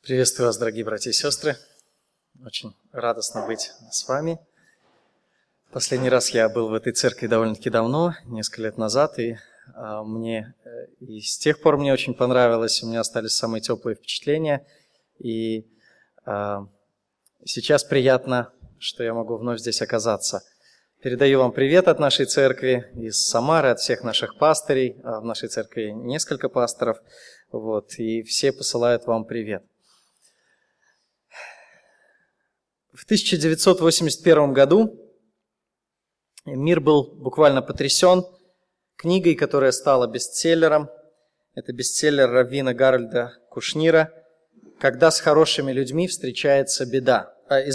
Приветствую вас, дорогие братья и сестры. Очень радостно быть с вами. Последний раз я был в этой церкви довольно-таки давно, несколько лет назад, и с тех пор мне очень понравилось, у меня остались самые теплые впечатления. И сейчас приятно, что я могу вновь здесь оказаться. Передаю вам привет от нашей церкви из Самары, от всех наших пастырей. В нашей церкви несколько пасторов, и все посылают вам привет. В 1981 году мир был буквально потрясен книгой, которая стала бестселлером. Это бестселлер раввина Гарольда Кушнира «Когда с хорошими людьми случается беда».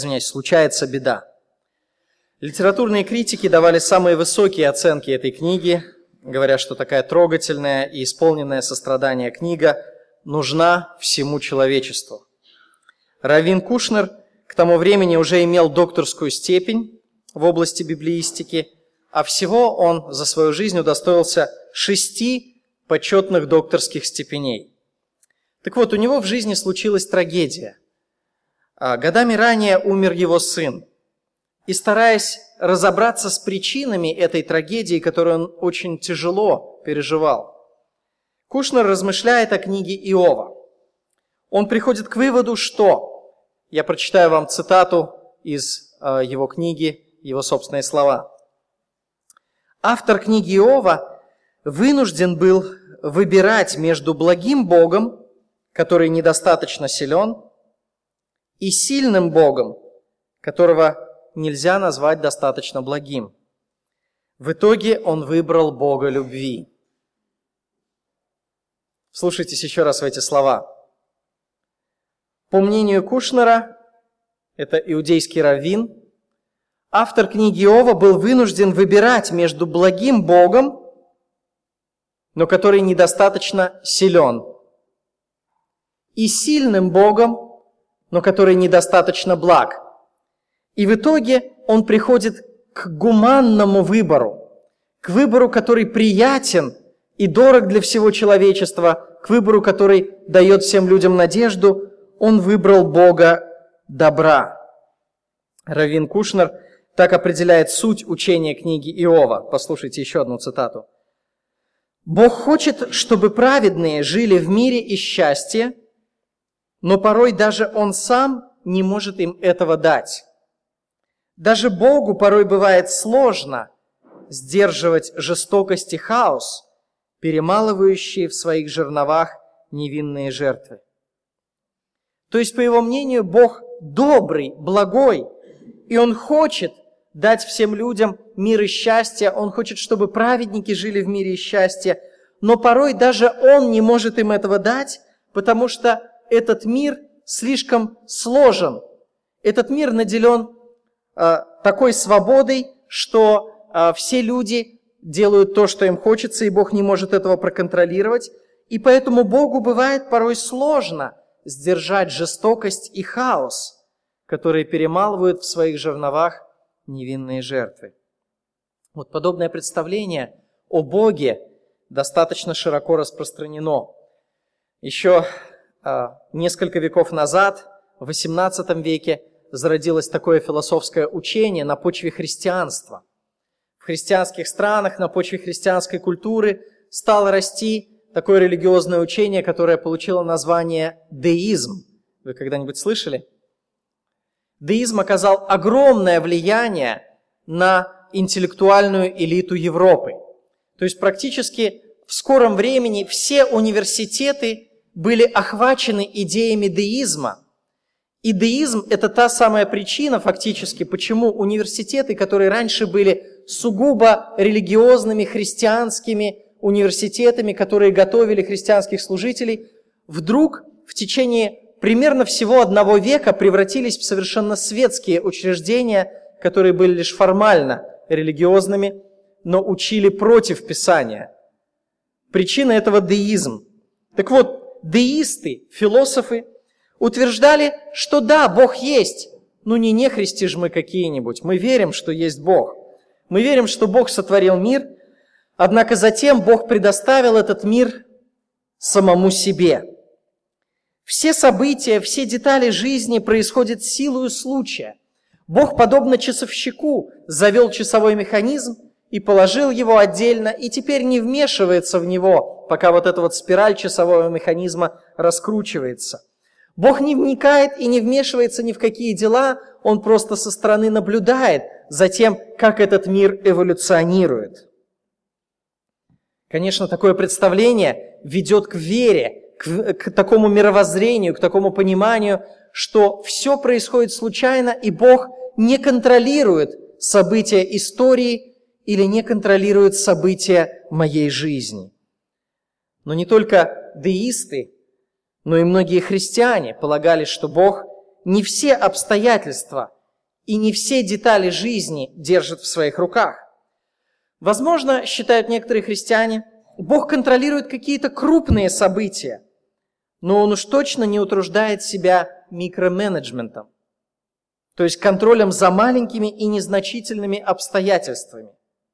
Литературные критики давали самые высокие оценки этой книги, говоря, что такая трогательная и исполненная сострадания книга нужна всему человечеству. Раввин Кушнер к тому времени уже имел докторскую степень в области библеистики, а всего он за свою жизнь удостоился 6 почетных докторских степеней. Так вот, у него в жизни случилась трагедия. Годами ранее умер его сын. И стараясь разобраться с причинами этой трагедии, которую он очень тяжело переживал, Кушнер размышляет о книге Иова. Он приходит к выводу, что... Я прочитаю вам цитату из его книги, его собственные слова. Автор книги Иова вынужден был выбирать между благим Богом, который недостаточно силен, и сильным Богом, которого нельзя назвать достаточно благим. В итоге он выбрал Бога любви. Вслушайтесь еще раз в эти слова. По мнению Кушнера, это иудейский раввин, автор книги Иова был вынужден выбирать между благим Богом, но который недостаточно силен, и сильным Богом, но который недостаточно благ. И в итоге он приходит к гуманному выбору, к выбору, который приятен и дорог для всего человечества, к выбору, который дает всем людям надежду. Он выбрал Бога добра. Раввин Кушнер так определяет суть учения книги Иова. Послушайте еще одну цитату. «Бог хочет, чтобы праведные жили в мире и счастье, но порой даже Он сам не может им этого дать. Даже Богу порой бывает сложно сдерживать жестокость и хаос, перемалывающие в своих жерновах невинные жертвы». То есть, по его мнению, Бог добрый, благой, и Он хочет дать всем людям мир и счастье, Он хочет, чтобы праведники жили в мире и счастье, но порой даже Он не может им этого дать, потому что этот мир слишком сложен. Этот мир наделен такой свободой, что все люди делают то, что им хочется, и Бог не может этого проконтролировать, и поэтому Богу бывает порой сложно сдержать жестокость и хаос, которые перемалывают в своих жерновах невинные жертвы. Подобное представление о Боге достаточно широко распространено. Еще несколько веков назад, в XVIII веке, зародилось такое философское учение на почве христианства. В христианских странах, на почве христианской культуры стало расти такое религиозное учение, которое получило название деизм. Вы когда-нибудь слышали? Деизм оказал огромное влияние на интеллектуальную элиту Европы. То есть практически в скором времени все университеты были охвачены идеями деизма. И деизм – это та самая причина фактически, почему университеты, которые раньше были сугубо религиозными, христианскими университетами, которые готовили христианских служителей, вдруг в течение примерно всего 1 века превратились в совершенно светские учреждения, которые были лишь формально религиозными, но учили против Писания. Причина этого – деизм. Так вот, деисты, философы утверждали, что да, Бог есть, но не нехристи же мы какие-нибудь. Мы верим, что есть Бог. Мы верим, что Бог сотворил мир, однако затем Бог предоставил этот мир самому себе. Все события, все детали жизни происходят силою случая. Бог, подобно часовщику, завел часовой механизм и положил его отдельно, и теперь не вмешивается в него, пока вот эта вот спираль часового механизма раскручивается. Бог не вникает и не вмешивается ни в какие дела, Он просто со стороны наблюдает за тем, как этот мир эволюционирует. Конечно, такое представление ведет к вере, к такому мировоззрению, к такому пониманию, что все происходит случайно, и Бог не контролирует события истории или не контролирует события моей жизни. Но не только деисты, но и многие христиане полагали, что Бог не все обстоятельства и не все детали жизни держит в своих руках. Возможно, считают некоторые христиане, Бог контролирует какие-то крупные события, но Он уж точно не утруждает себя микроменеджментом, то есть контролем за маленькими и незначительными обстоятельствами.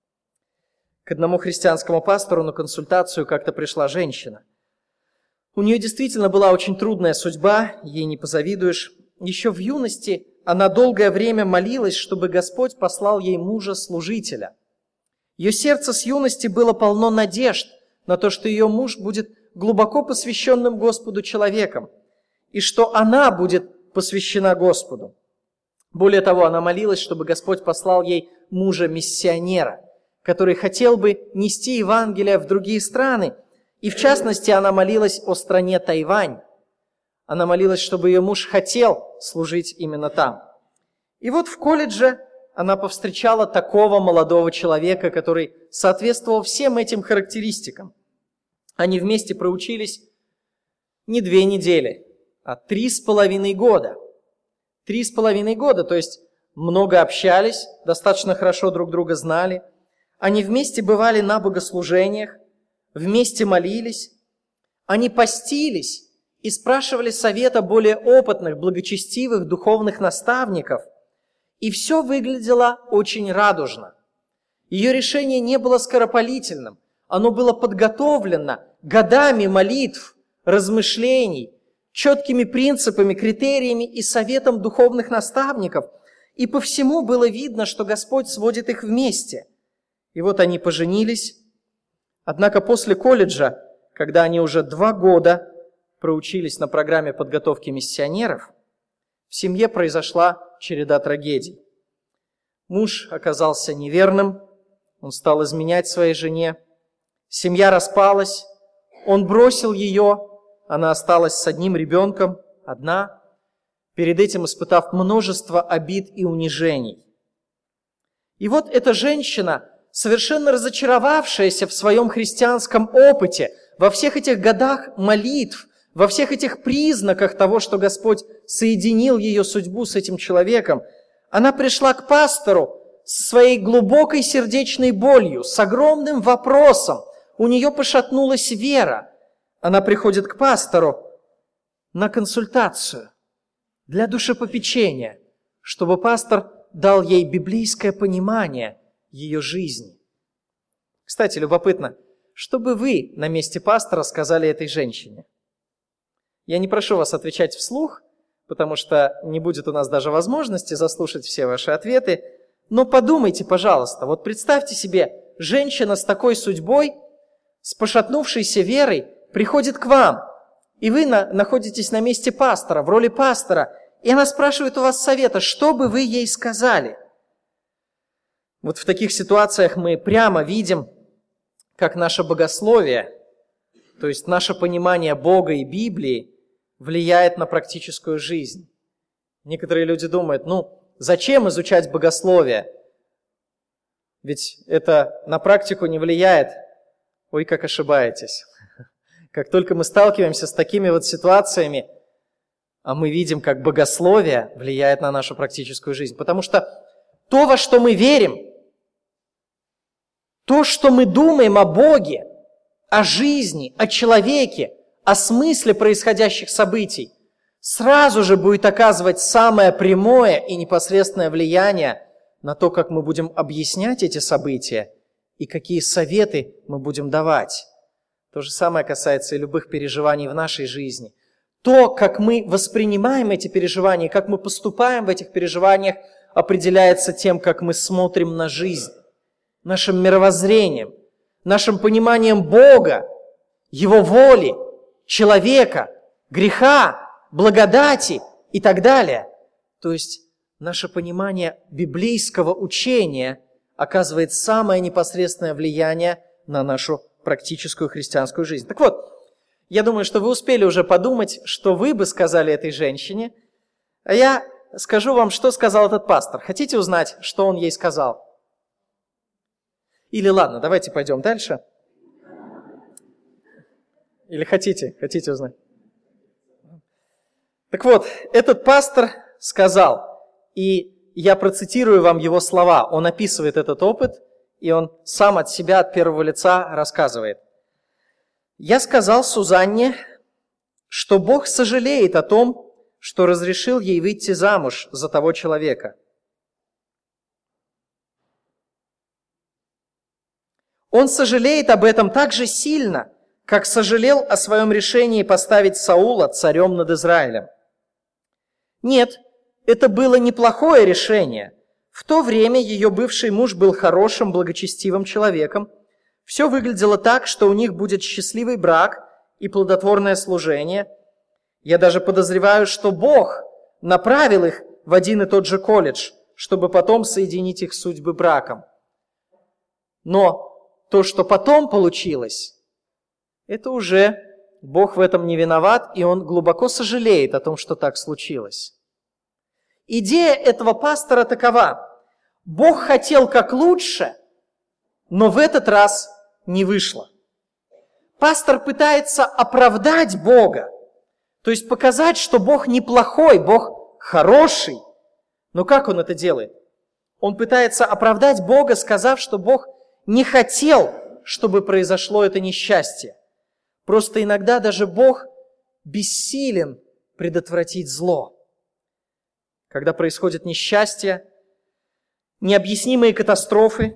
К одному христианскому пастору на консультацию как-то пришла женщина. У нее действительно была очень трудная судьба, ей не позавидуешь. Еще в юности она долгое время молилась, чтобы Господь послал ей мужа-служителя. Ее сердце с юности было полно надежд на то, что ее муж будет глубоко посвященным Господу человеком, и что она будет посвящена Господу. Более того, она молилась, чтобы Господь послал ей мужа-миссионера, который хотел бы нести Евангелие в другие страны. И в частности, она молилась о стране Тайвань. Она молилась, чтобы ее муж хотел служить именно там. И вот в колледже она повстречала такого молодого человека, который соответствовал всем этим характеристикам. Они вместе проучились не 2 недели, а 3,5 года. 3,5 года, то есть много общались, достаточно хорошо друг друга знали. Они вместе бывали на богослужениях, вместе молились, они постились и спрашивали совета более опытных, благочестивых духовных наставников. И все выглядело очень радужно. Ее решение не было скоропалительным, оно было подготовлено годами молитв, размышлений, четкими принципами, критериями и советом духовных наставников. И по всему было видно, что Господь сводит их вместе. И вот они поженились. Однако после колледжа, когда они уже 2 года проучились на программе подготовки миссионеров, в семье произошла череда трагедий. Муж оказался неверным, он стал изменять своей жене, семья распалась, он бросил ее, она осталась с одним ребенком, одна, перед этим испытав множество обид и унижений. И вот эта женщина, совершенно разочаровавшаяся в своем христианском опыте, во всех этих годах молитв, во всех этих признаках того, что Господь соединил ее судьбу с этим человеком, она пришла к пастору со своей глубокой сердечной болью, с огромным вопросом. У нее пошатнулась вера. Она приходит к пастору на консультацию для душепопечения, чтобы пастор дал ей библейское понимание ее жизни. Кстати, любопытно, что бы вы на месте пастора сказали этой женщине? Я не прошу вас отвечать вслух, потому что не будет у нас даже возможности заслушать все ваши ответы, но подумайте, пожалуйста, вот представьте себе, женщина с такой судьбой, с пошатнувшейся верой, приходит к вам, и вы находитесь на месте пастора, в роли пастора, и она спрашивает у вас совета, что бы вы ей сказали? Вот в таких ситуациях мы прямо видим, как наше богословие, то есть наше понимание Бога и Библии, влияет на практическую жизнь. Некоторые люди думают, зачем изучать богословие? Ведь это на практику не влияет. Ой, как ошибаетесь. Как только мы сталкиваемся с такими вот ситуациями, а мы видим, как богословие влияет на нашу практическую жизнь. Потому что то, во что мы верим, то, что мы думаем о Боге, о жизни, о человеке, о смысле происходящих событий, сразу же будет оказывать самое прямое и непосредственное влияние на то, как мы будем объяснять эти события и какие советы мы будем давать. То же самое касается и любых переживаний в нашей жизни. То, как мы воспринимаем эти переживания, как мы поступаем в этих переживаниях, определяется тем, как мы смотрим на жизнь, нашим мировоззрением, нашим пониманием Бога, Его воли, человека, греха, благодати и так далее. То есть наше понимание библейского учения оказывает самое непосредственное влияние на нашу практическую христианскую жизнь. Так вот, я думаю, что вы успели уже подумать, что вы бы сказали этой женщине, а я скажу вам, что сказал этот пастор. Хотите узнать, что он ей сказал? Или ладно, давайте пойдем дальше. Или хотите узнать? Так вот, этот пастор сказал, и я процитирую вам его слова. Он описывает этот опыт, и он сам от себя, от первого лица рассказывает. «Я сказал Сузанне, что Бог сожалеет о том, что разрешил ей выйти замуж за того человека. Он сожалеет об этом так же сильно, как сожалел о своем решении поставить Саула царем над Израилем. Нет, это было неплохое решение. В то время ее бывший муж был хорошим, благочестивым человеком. Все выглядело так, что у них будет счастливый брак и плодотворное служение. Я даже подозреваю, что Бог направил их в один и тот же колледж, чтобы потом соединить их судьбы браком. Но то, что потом получилось, это уже Бог в этом не виноват, и Он глубоко сожалеет о том, что так случилось. Идея этого пастора такова. Бог хотел как лучше, но в этот раз не вышло. Пастор пытается оправдать Бога, то есть показать, что Бог неплохой, Бог хороший. Но как он это делает? Он пытается оправдать Бога, сказав, что Бог не хотел, чтобы произошло это несчастье. Просто иногда даже Бог бессилен предотвратить зло. Когда происходит несчастье, необъяснимые катастрофы,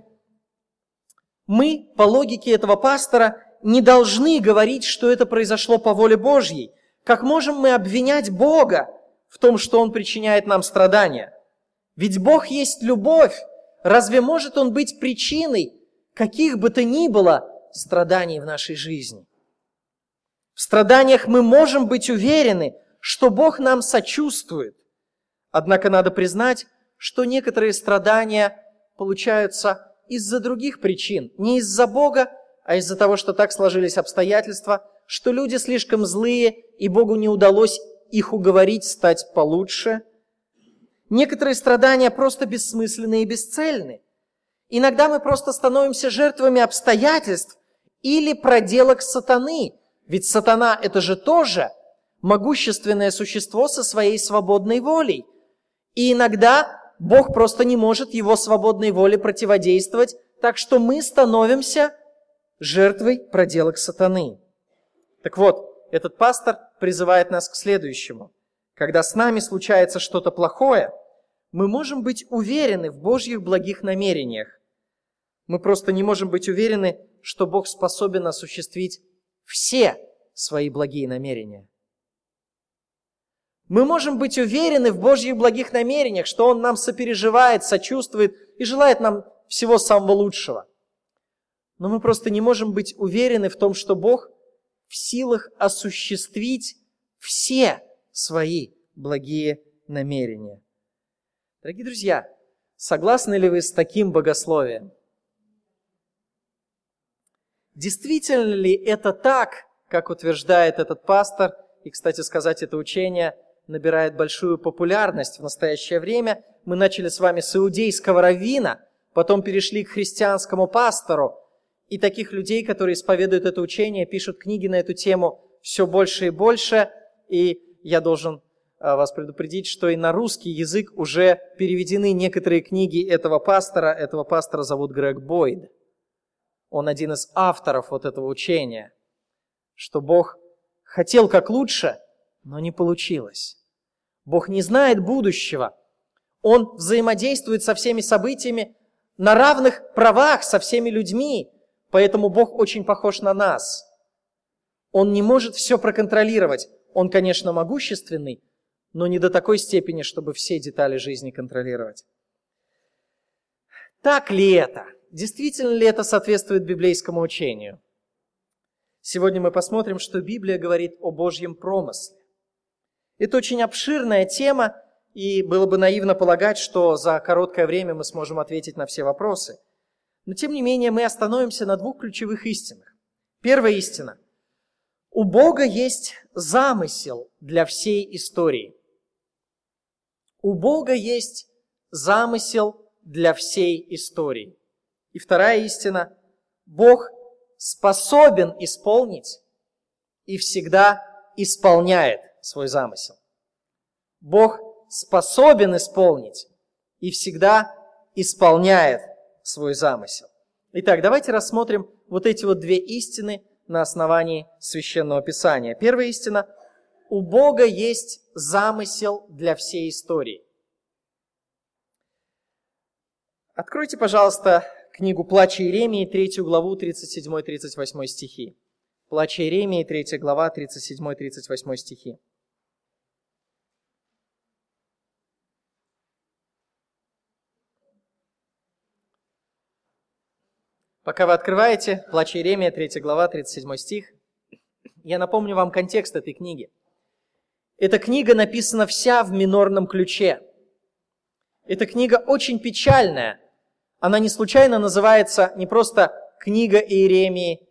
мы, по логике этого пастора, не должны говорить, что это произошло по воле Божьей. Как можем мы обвинять Бога в том, что Он причиняет нам страдания? Ведь Бог есть любовь. Разве может Он быть причиной каких бы то ни было страданий в нашей жизни? В страданиях мы можем быть уверены, что Бог нам сочувствует. Однако надо признать, что некоторые страдания получаются из-за других причин. Не из-за Бога, а из-за того, что так сложились обстоятельства, что люди слишком злые, и Богу не удалось их уговорить стать получше. Некоторые страдания просто бессмысленны и бесцельны. Иногда мы просто становимся жертвами обстоятельств или проделок сатаны. Ведь сатана – это же тоже могущественное существо со своей свободной волей. И иногда Бог просто не может его свободной воле противодействовать, так что мы становимся жертвой проделок сатаны. Так вот, этот пастор призывает нас к следующему. Когда с нами случается что-то плохое, мы можем быть уверены в Божьих благих намерениях. Мы просто не можем быть уверены, что Бог способен осуществить все свои благие намерения. Мы можем быть уверены в Божьих благих намерениях, что Он нам сопереживает, сочувствует и желает нам всего самого лучшего. Но мы просто не можем быть уверены в том, что Бог в силах осуществить все свои благие намерения. Дорогие друзья, согласны ли вы с таким богословием? Действительно ли это так, как утверждает этот пастор? И, кстати сказать, это учение набирает большую популярность в настоящее время. Мы начали с вами с иудейского раввина, потом перешли к христианскому пастору. И таких людей, которые исповедуют это учение, пишут книги на эту тему все больше и больше. И я должен вас предупредить, что и на русский язык уже переведены некоторые книги этого пастора. Этого пастора зовут Грег Бойд. Он один из авторов вот этого учения, что Бог хотел как лучше, но не получилось. Бог не знает будущего. Он взаимодействует со всеми событиями на равных правах со всеми людьми, поэтому Бог очень похож на нас. Он не может все проконтролировать. Он, конечно, могущественный, но не до такой степени, чтобы все детали жизни контролировать. Так ли это? Действительно ли это соответствует библейскому учению? Сегодня мы посмотрим, что Библия говорит о Божьем промысле. Это очень обширная тема, и было бы наивно полагать, что за короткое время мы сможем ответить на все вопросы. Но тем не менее мы остановимся на двух ключевых истинах. Первая истина. У Бога есть замысел для всей истории. У Бога есть замысел для всей истории. И вторая истина. Бог способен исполнить и всегда исполняет свой замысел. Бог способен исполнить и всегда исполняет свой замысел. Итак, давайте рассмотрим вот эти вот две истины на основании Священного Писания. Первая истина. У Бога есть замысел для всей истории. Откройте, пожалуйста, книгу Плач Иеремии, 3 главу, 37-38 стихи. Плач Иеремии, 3 глава, 37-38 стихи. Пока вы открываете, Плач Иеремия, 3 глава, 37 стих, я напомню вам контекст этой книги. Эта книга написана вся в минорном ключе. Эта книга очень печальная. Она не случайно называется не просто книга Иеремии,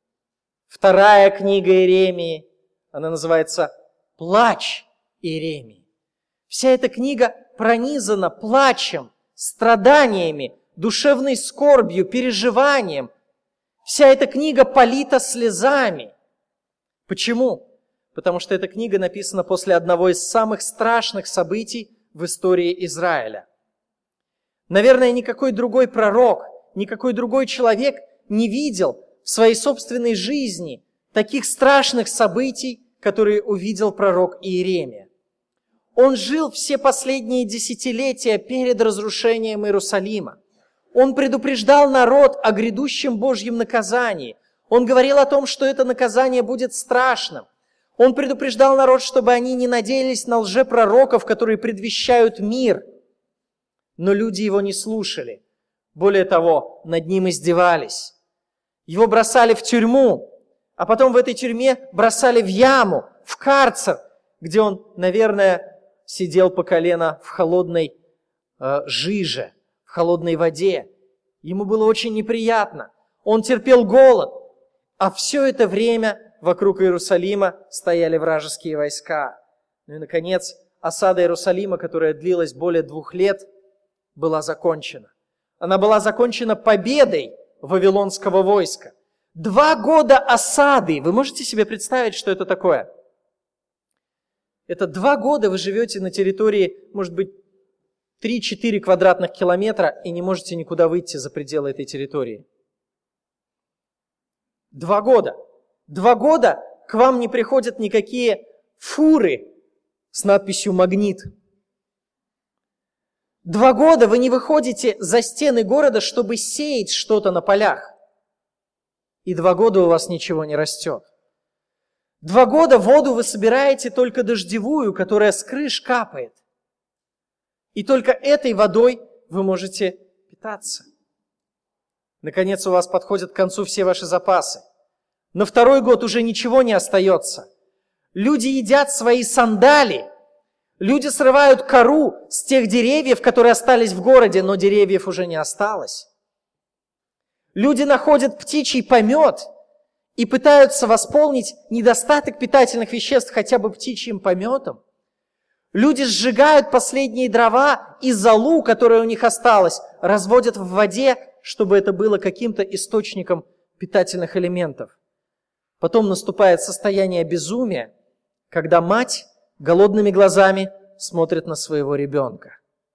вторая книга Иеремии. Она называется «Плач Иеремии». Вся эта книга пронизана плачем, страданиями, душевной скорбью, переживанием. Вся эта книга полита слезами. Почему? Потому что эта книга написана после одного из самых страшных событий в истории Израиля. Наверное, никакой другой пророк, никакой другой человек не видел в своей собственной жизни таких страшных событий, которые увидел пророк Иеремия. Он жил все последние десятилетия перед разрушением Иерусалима. Он предупреждал народ о грядущем Божьем наказании. Он говорил о том, что это наказание будет страшным. Он предупреждал народ, чтобы они не надеялись на лжепророков, которые предвещают мир. Но люди его не слушали. Более того, над ним издевались. Его бросали в тюрьму, а потом в этой тюрьме бросали в яму, в карцер, где он, наверное, сидел по колено в холодной жиже, в холодной воде. Ему было очень неприятно. Он терпел голод. А все это время вокруг Иерусалима стояли вражеские войска. Ну и, наконец, осада Иерусалима, которая длилась более 2 лет, была закончена. Она была закончена победой вавилонского войска. 2 года осады. Вы можете себе представить, что это такое? Это 2 года вы живете на территории, может быть, 3-4 квадратных километра и не можете никуда выйти за пределы этой территории. 2 года. 2 года к вам не приходят никакие фуры с надписью «Магнит». 2 года вы не выходите за стены города, чтобы сеять что-то на полях. И 2 года у вас ничего не растет. 2 года воду вы собираете только дождевую, которая с крыш капает. И только этой водой вы можете питаться. Наконец, у вас подходят к концу все ваши запасы. На 2-й год уже ничего не остается. Люди едят свои сандали. Люди срывают кору с тех деревьев, которые остались в городе, но деревьев уже не осталось. Люди находят птичий помет и пытаются восполнить недостаток питательных веществ хотя бы птичьим пометом. Люди сжигают последние дрова и золу, которая у них осталась, разводят в воде, чтобы это было каким-то источником питательных элементов. Потом наступает состояние безумия, когда мать голодными глазами смотрит на своего ребенка.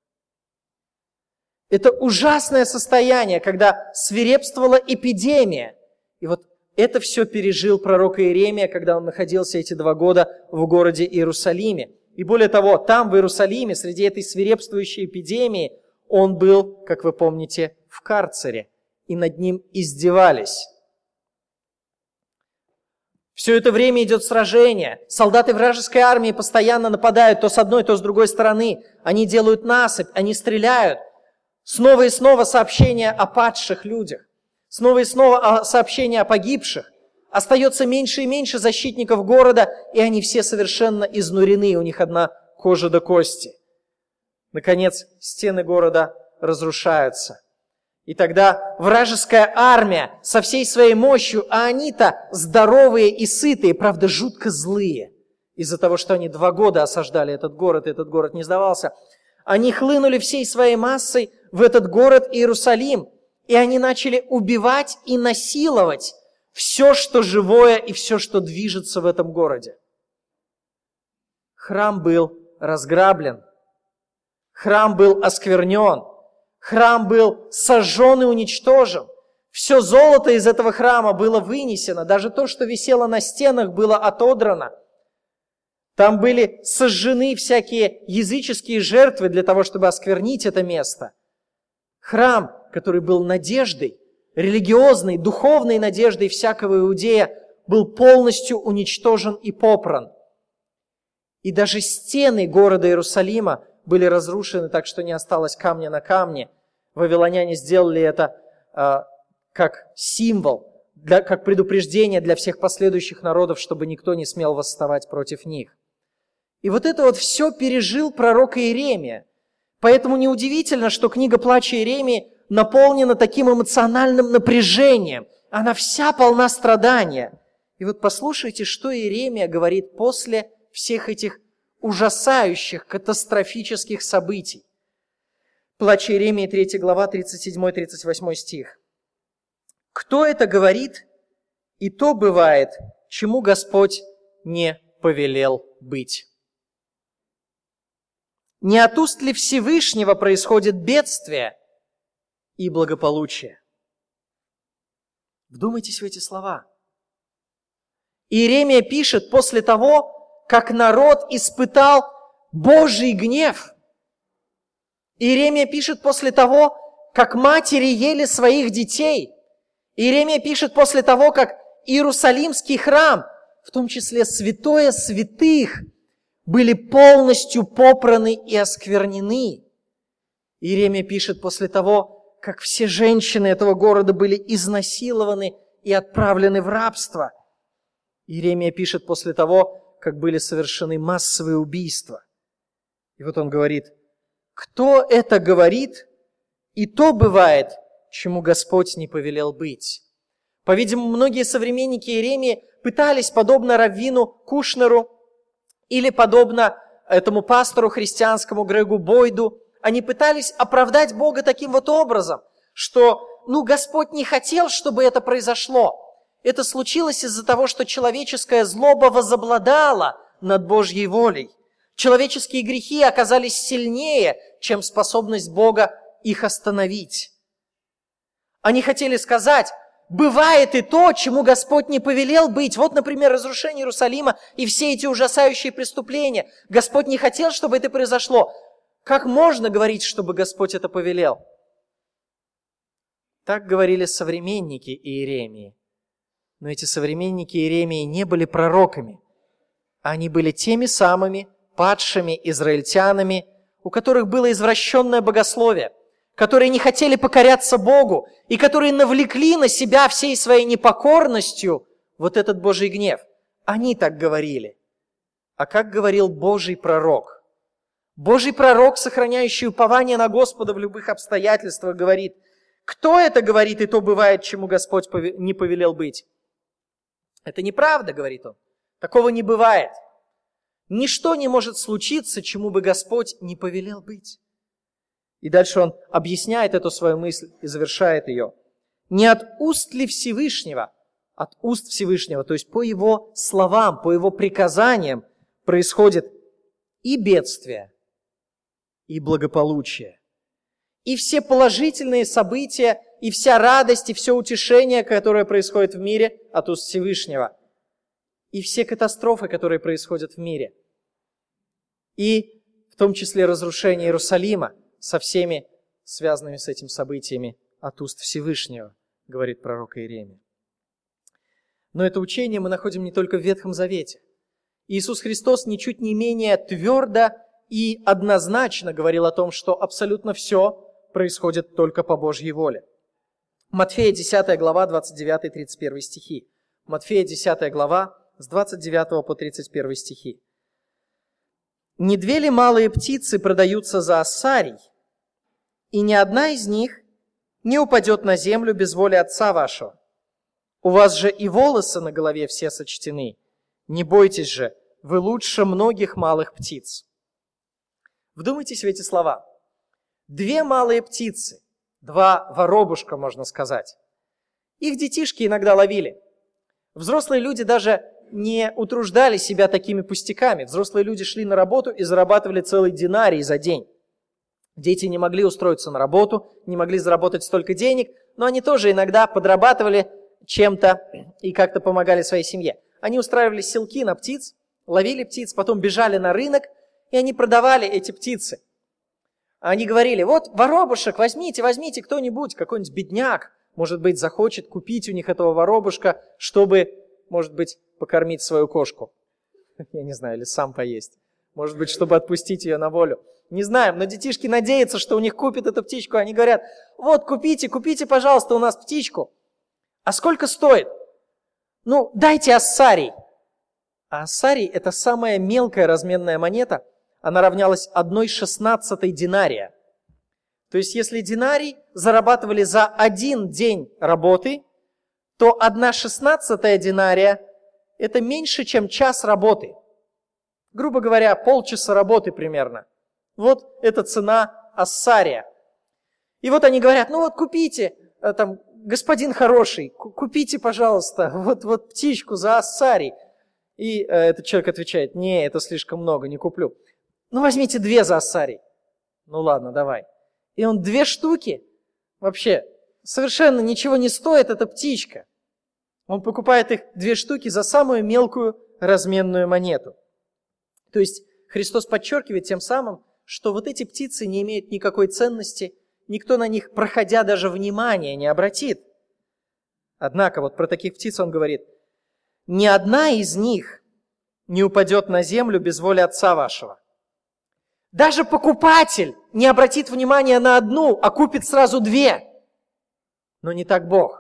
Это ужасное состояние, когда свирепствовала эпидемия. И вот это все пережил пророк Иеремия, когда он находился эти 2 года в городе Иерусалиме. И более того, там, в Иерусалиме, среди этой свирепствующей эпидемии, он был, как вы помните, в карцере, и над ним издевались. Все это время идет сражение. Солдаты вражеской армии постоянно нападают то с одной, то с другой стороны. Они делают насыпь, они стреляют. Снова и снова сообщения о падших людях. Снова и снова сообщения о погибших. Остается меньше и меньше защитников города, и они все совершенно изнурены, у них одна кожа до кости. Наконец, стены города разрушаются. И тогда вражеская армия со всей своей мощью, а они-то здоровые и сытые, правда, жутко злые, из-за того, что они 2 года осаждали этот город, и этот город не сдавался, они хлынули всей своей массой в этот город Иерусалим, и они начали убивать и насиловать все, что живое и все, что движется в этом городе. Храм был разграблен, храм был осквернен, храм был сожжен и уничтожен. Все золото из этого храма было вынесено, даже то, что висело на стенах, было отодрано. Там были сожжены всякие языческие жертвы для того, чтобы осквернить это место. Храм, который был надеждой, религиозной, духовной надеждой всякого иудея, был полностью уничтожен и попран. И даже стены города Иерусалима были разрушены так, что не осталось камня на камне. Вавилоняне сделали это как символ, как предупреждение для всех последующих народов, чтобы никто не смел восставать против них. И вот это вот все пережил пророк Иеремия. Поэтому неудивительно, что книга «Плача Иеремии» наполнена таким эмоциональным напряжением. Она вся полна страдания. И вот послушайте, что Иеремия говорит после всех этих ужасающих, катастрофических событий. Плач Иеремии, 3 глава, 37-38 стих. «Кто это говорит, и то бывает, чему Господь не повелел быть. Не от уст ли Всевышнего происходит бедствие и благополучие?» Вдумайтесь в эти слова. Иеремия пишет после того, как народ испытал Божий гнев. Иеремия пишет после того, как матери ели своих детей. Иеремия пишет после того, как Иерусалимский храм, в том числе святое святых, были полностью попраны и осквернены. Иеремия пишет после того, как все женщины этого города были изнасилованы и отправлены в рабство. Иеремия пишет после того, как были совершены массовые убийства. И вот он говорит: «Кто это говорит, и то бывает, чему Господь не повелел быть». По-видимому, многие современники Иеремии пытались, подобно раввину Кушнеру или подобно этому пастору христианскому Грегу Бойду, они пытались оправдать Бога таким вот образом, что, Господь не хотел, чтобы это произошло. Это случилось из-за того, что человеческая злоба возобладала над Божьей волей. Человеческие грехи оказались сильнее, чем способность Бога их остановить. Они хотели сказать: бывает и то, чему Господь не повелел быть. Вот, например, разрушение Иерусалима и все эти ужасающие преступления. Господь не хотел, чтобы это произошло. Как можно говорить, чтобы Господь это повелел? Так говорили современники Иеремии. Но эти современники Иеремии не были пророками. Они были теми самыми падшими израильтянами, у которых было извращенное богословие, которые не хотели покоряться Богу и которые навлекли на себя всей своей непокорностью вот этот Божий гнев. Они так говорили. А как говорил Божий пророк? Божий пророк, сохраняющий упование на Господа в любых обстоятельствах, говорит: «Кто это говорит, и то бывает, чему Господь не повелел быть?» Это неправда, говорит он. Такого не бывает. Ничто не может случиться, чему бы Господь не повелел быть. И дальше он объясняет эту свою мысль и завершает ее. Не от уст ли Всевышнего, от уст Всевышнего, то есть по его словам, по его приказаниям происходит и бедствие, и благополучие. И все положительные события, и вся радость, и все утешение, которое происходит в мире, от уст Всевышнего. И все катастрофы, которые происходят в мире. И в том числе разрушение Иерусалима со всеми связанными с этим событиями от уст Всевышнего, говорит пророк Иеремия. Но это учение мы находим не только в Ветхом Завете. Иисус Христос ничуть не менее твердо и однозначно говорил о том, что абсолютно все происходит только по Божьей воле. Матфея 10 глава, 29-31 стихи. Матфея 10 глава, с 29 по 31 стихи. «Не две ли малые птицы продаются за ассарий, и ни одна из них не упадет на землю без воли Отца вашего? У вас же и волосы на голове все сочтены. Не бойтесь же, вы лучше многих малых птиц». Вдумайтесь в эти слова. Две малые птицы, два воробушка, можно сказать. Их детишки иногда ловили. Взрослые люди даже не утруждали себя такими пустяками. Взрослые люди шли на работу и зарабатывали целый динарий за день. Дети не могли устроиться на работу, не могли заработать столько денег, но они тоже иногда подрабатывали чем-то и как-то помогали своей семье. Они устраивали селки на птиц, ловили птиц, потом бежали на рынок, и они продавали эти птицы. Они говорили: вот воробушек, возьмите кто-нибудь, какой-нибудь бедняк, может быть, захочет купить у них этого воробушка, чтобы, может быть, покормить свою кошку. Я не знаю, или сам поесть. Может быть, чтобы отпустить ее на волю. Не знаем, но детишки надеются, что у них купят эту птичку. Они говорят: вот, купите, пожалуйста, у нас птичку. А сколько стоит? Ну, дайте ассарий. А ассарий – это самая мелкая разменная монета. Она равнялась 1/16 динария. То есть, если динарий зарабатывали за 1 день работы, то 1/16 динария – это меньше, чем час работы. Грубо говоря, полчаса работы примерно. Вот это цена ассария. И вот они говорят: ну вот купите, там, господин хороший, купите, пожалуйста, вот птичку за ассарий. И этот человек отвечает: не, это слишком много, не куплю. Ну возьмите 2 за ассарий. Ну ладно, давай. И он 2 штуки, вообще совершенно ничего не стоит эта птичка. Он покупает их 2 штуки за самую мелкую разменную монету. То есть Христос подчеркивает тем самым, что вот эти птицы не имеют никакой ценности, никто на них, проходя, даже внимания не обратит. Однако вот про таких птиц он говорит: ни одна из них не упадет на землю без воли Отца вашего. Даже покупатель не обратит внимания на одну, а купит сразу 2. Но не так Бог.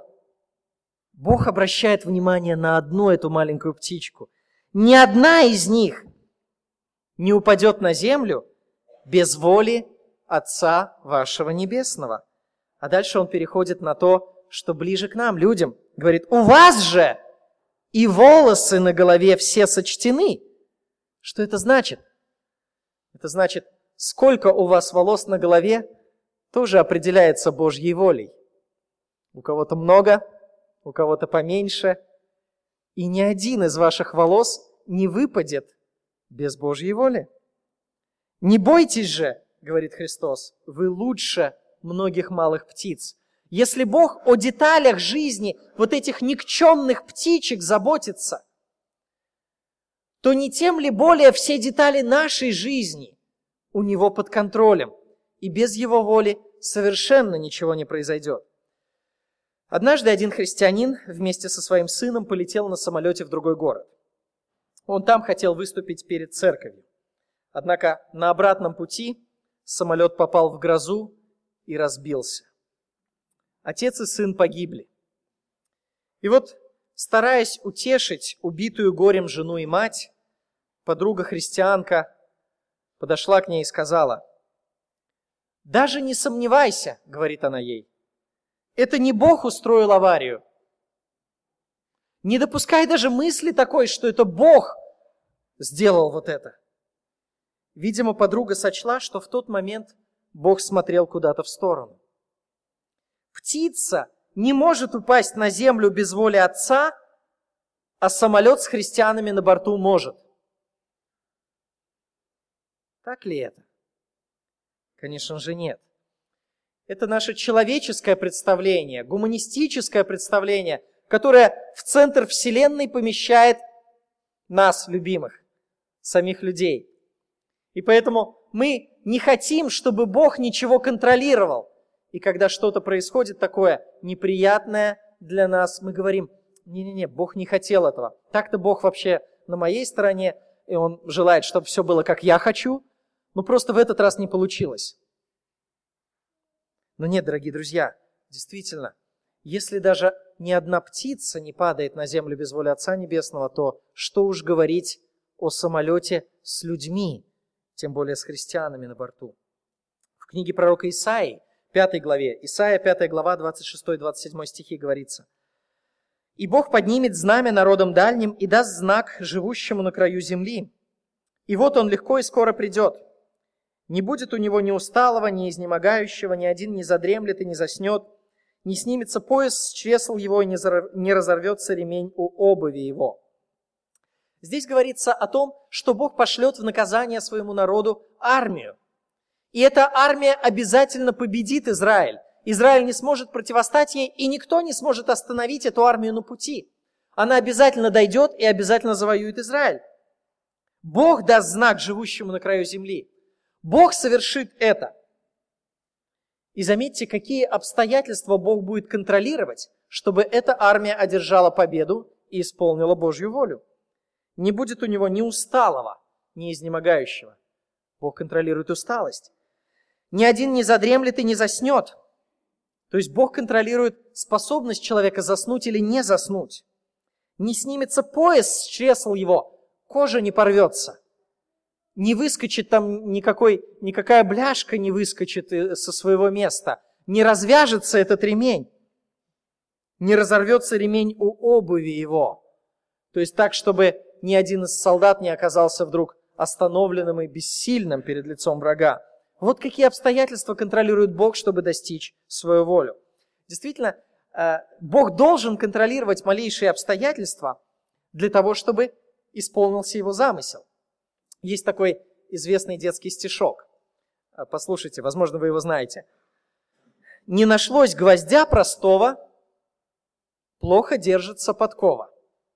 Бог обращает внимание на одну эту маленькую птичку. Ни одна из них не упадет на землю без воли Отца вашего Небесного. А дальше он переходит на то, что ближе к нам, людям. Говорит: у вас же и волосы на голове все сочтены. Что это значит? Это значит, сколько у вас волос на голове, тоже определяется Божьей волей. У кого-то много, у кого-то поменьше. И ни один из ваших волос не выпадет без Божьей воли. Не бойтесь же, говорит Христос, вы лучше многих малых птиц. Если Бог о деталях жизни вот этих никчемных птичек заботится, то не тем ли более все детали нашей жизни у Него под контролем, и без Его воли совершенно ничего не произойдет. Однажды один христианин вместе со своим сыном полетел на самолете в другой город. Он там хотел выступить перед церковью. Однако на обратном пути самолет попал в грозу и разбился. Отец и сын погибли. И вот, стараясь утешить убитую горем жену и мать, подруга-христианка подошла к ней и сказала: «Даже не сомневайся, — говорит она ей, — это не Бог устроил аварию. Не допускай даже мысли такой, что это Бог сделал вот это». Видимо, подруга сочла, что в тот момент Бог смотрел куда-то в сторону. Птица не может упасть на землю без воли Отца, а самолет с христианами на борту может. Так ли это? Конечно же нет. Это наше человеческое представление, гуманистическое представление, которое в центр Вселенной помещает нас, любимых, самих людей. И поэтому мы не хотим, чтобы Бог ничего контролировал. И когда что-то происходит такое неприятное для нас, мы говорим: не-не-не, Бог не хотел этого. Так-то Бог вообще на моей стороне, и Он желает, чтобы все было, как я хочу, но просто в этот раз не получилось. Но нет, дорогие друзья, действительно, если даже ни одна птица не падает на землю без воли Отца Небесного, то что уж говорить о самолете с людьми, тем более с христианами на борту. В книге пророка Исаии, 5 главе, Исаия, 5 глава, 26-27 стихи говорится: «И Бог поднимет знамя народом дальним и даст знак живущему на краю земли. И вот он легко и скоро придет. Не будет у него ни усталого, ни изнемогающего, ни один не задремлет и не заснет, не снимется пояс с чресл его и не разорвется ремень у обуви его». Здесь говорится о том, что Бог пошлет в наказание своему народу армию. И эта армия обязательно победит Израиль. Израиль не сможет противостать ей, и никто не сможет остановить эту армию на пути. Она обязательно дойдет и обязательно завоюет Израиль. Бог даст знак живущему на краю земли. Бог совершит это. И заметьте, какие обстоятельства Бог будет контролировать, чтобы эта армия одержала победу и исполнила Божью волю. Не будет у него ни усталого, ни изнемогающего. Бог контролирует усталость. Ни один не задремлет и не заснет. То есть Бог контролирует способность человека заснуть или не заснуть. Не снимется пояс с чресл его, кожа не порвется. Не выскочит там никакая бляшка не выскочит со своего места. Не развяжется этот ремень. Не разорвется ремень у обуви его. То есть так, чтобы ни один из солдат не оказался вдруг остановленным и бессильным перед лицом врага. Вот какие обстоятельства контролирует Бог, чтобы достичь свою волю. Действительно, Бог должен контролировать малейшие обстоятельства для того, чтобы исполнился его замысел. Есть такой известный детский стишок. Послушайте, возможно, вы его знаете. «Не нашлось гвоздя простого, плохо держится подкова.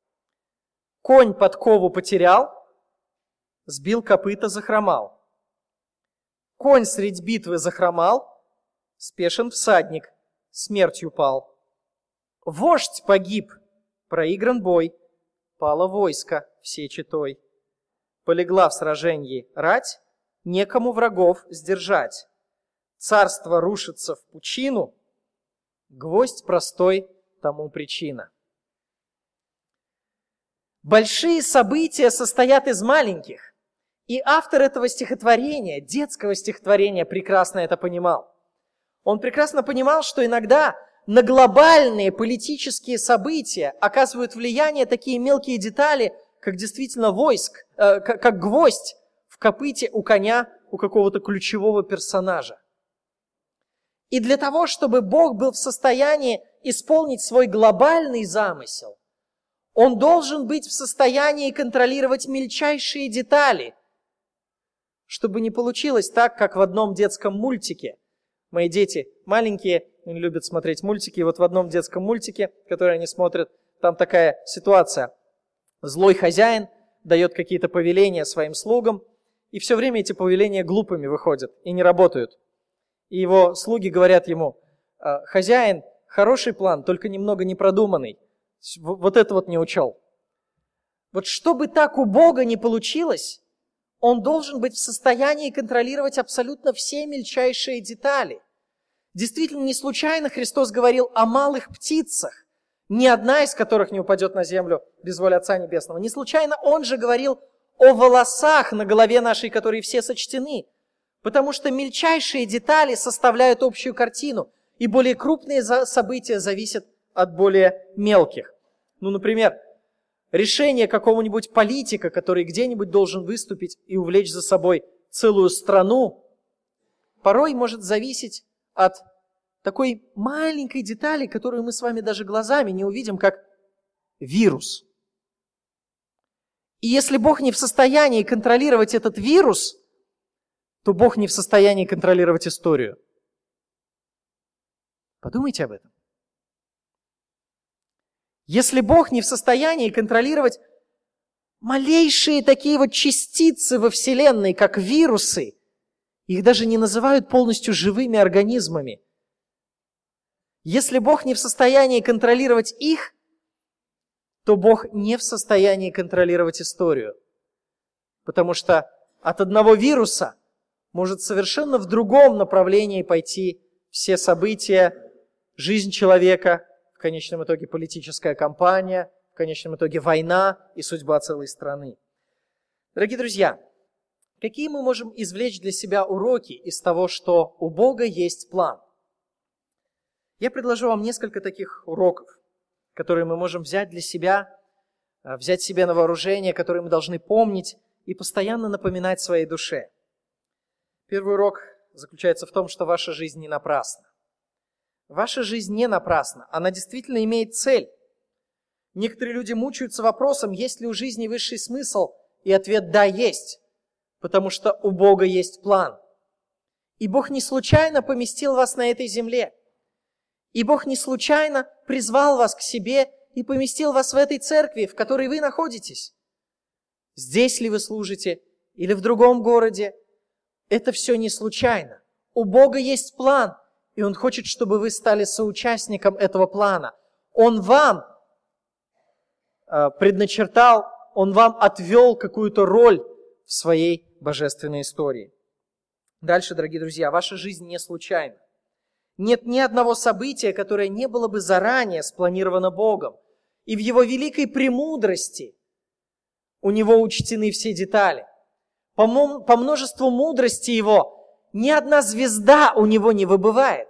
Конь подкову потерял, сбил копыта, захромал. Конь средь битвы захромал, спешен всадник, смертью пал. Вождь погиб, проигран бой, пало войско всей четой. Полегла в сражении рать, некому врагов сдержать. Царство рушится в пучину, гвоздь простой тому причина». Большие события состоят из маленьких. И автор этого стихотворения, детского стихотворения, прекрасно это понимал. Он прекрасно понимал, что иногда на глобальные политические события оказывают влияние такие мелкие детали, как действительно как гвоздь в копыте у коня у какого-то ключевого персонажа. И для того, чтобы Бог был в состоянии исполнить свой глобальный замысел, Он должен быть в состоянии контролировать мельчайшие детали, чтобы не получилось так, как в одном детском мультике. Мои дети маленькие, они любят смотреть мультики, и вот в одном детском мультике, который они смотрят, там такая ситуация. Злой хозяин дает какие-то повеления своим слугам, и все время эти повеления глупыми выходят и не работают. И его слуги говорят ему: «Хозяин, хороший план, только немного непродуманный. Вот это вот не учел». Вот чтобы так у Бога не получилось, Он должен быть в состоянии контролировать абсолютно все мельчайшие детали. Действительно, не случайно Христос говорил о малых птицах, ни одна из которых не упадет на землю без воли Отца Небесного. Не случайно Он же говорил о волосах на голове нашей, которые все сочтены. Потому что мельчайшие детали составляют общую картину, и более крупные события зависят от более мелких. Например, решение какого-нибудь политика, который где-нибудь должен выступить и увлечь за собой целую страну, порой может зависеть от такой маленькой детали, которую мы с вами даже глазами не увидим, как вирус. И если Бог не в состоянии контролировать этот вирус, то Бог не в состоянии контролировать историю. Подумайте об этом. Если Бог не в состоянии контролировать малейшие такие вот частицы во Вселенной, как вирусы, их даже не называют полностью живыми организмами. Если Бог не в состоянии контролировать их, то Бог не в состоянии контролировать историю. Потому что от одного вируса может совершенно в другом направлении пойти все события, жизнь человека, в конечном итоге политическая кампания, в конечном итоге война и судьба целой страны. Дорогие друзья, какие мы можем извлечь для себя уроки из того, что у Бога есть план? Я предложу вам несколько таких уроков, которые мы можем взять для себя, взять себе на вооружение, которые мы должны помнить и постоянно напоминать своей душе. Первый урок заключается в том, что ваша жизнь не напрасна. Ваша жизнь не напрасна, она действительно имеет цель. Некоторые люди мучаются вопросом, есть ли у жизни высший смысл, и ответ «да, есть», потому что у Бога есть план. И Бог не случайно поместил вас на этой земле. И Бог не случайно призвал вас к себе и поместил вас в этой церкви, в которой вы находитесь. Здесь ли вы служите или в другом городе, это все не случайно. У Бога есть план, и Он хочет, чтобы вы стали соучастником этого плана. Он вам предначертал, Он вам отвел какую-то роль в своей божественной истории. Дальше, дорогие друзья, ваша жизнь не случайна. Нет ни одного события, которое не было бы заранее спланировано Богом. И в Его великой премудрости у Него учтены все детали. По множеству мудрости Его ни одна звезда у Него не выбывает.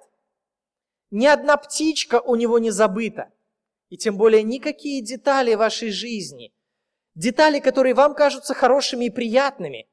Ни одна птичка у Него не забыта. И тем более никакие детали вашей жизни, детали, которые вам кажутся хорошими и приятными,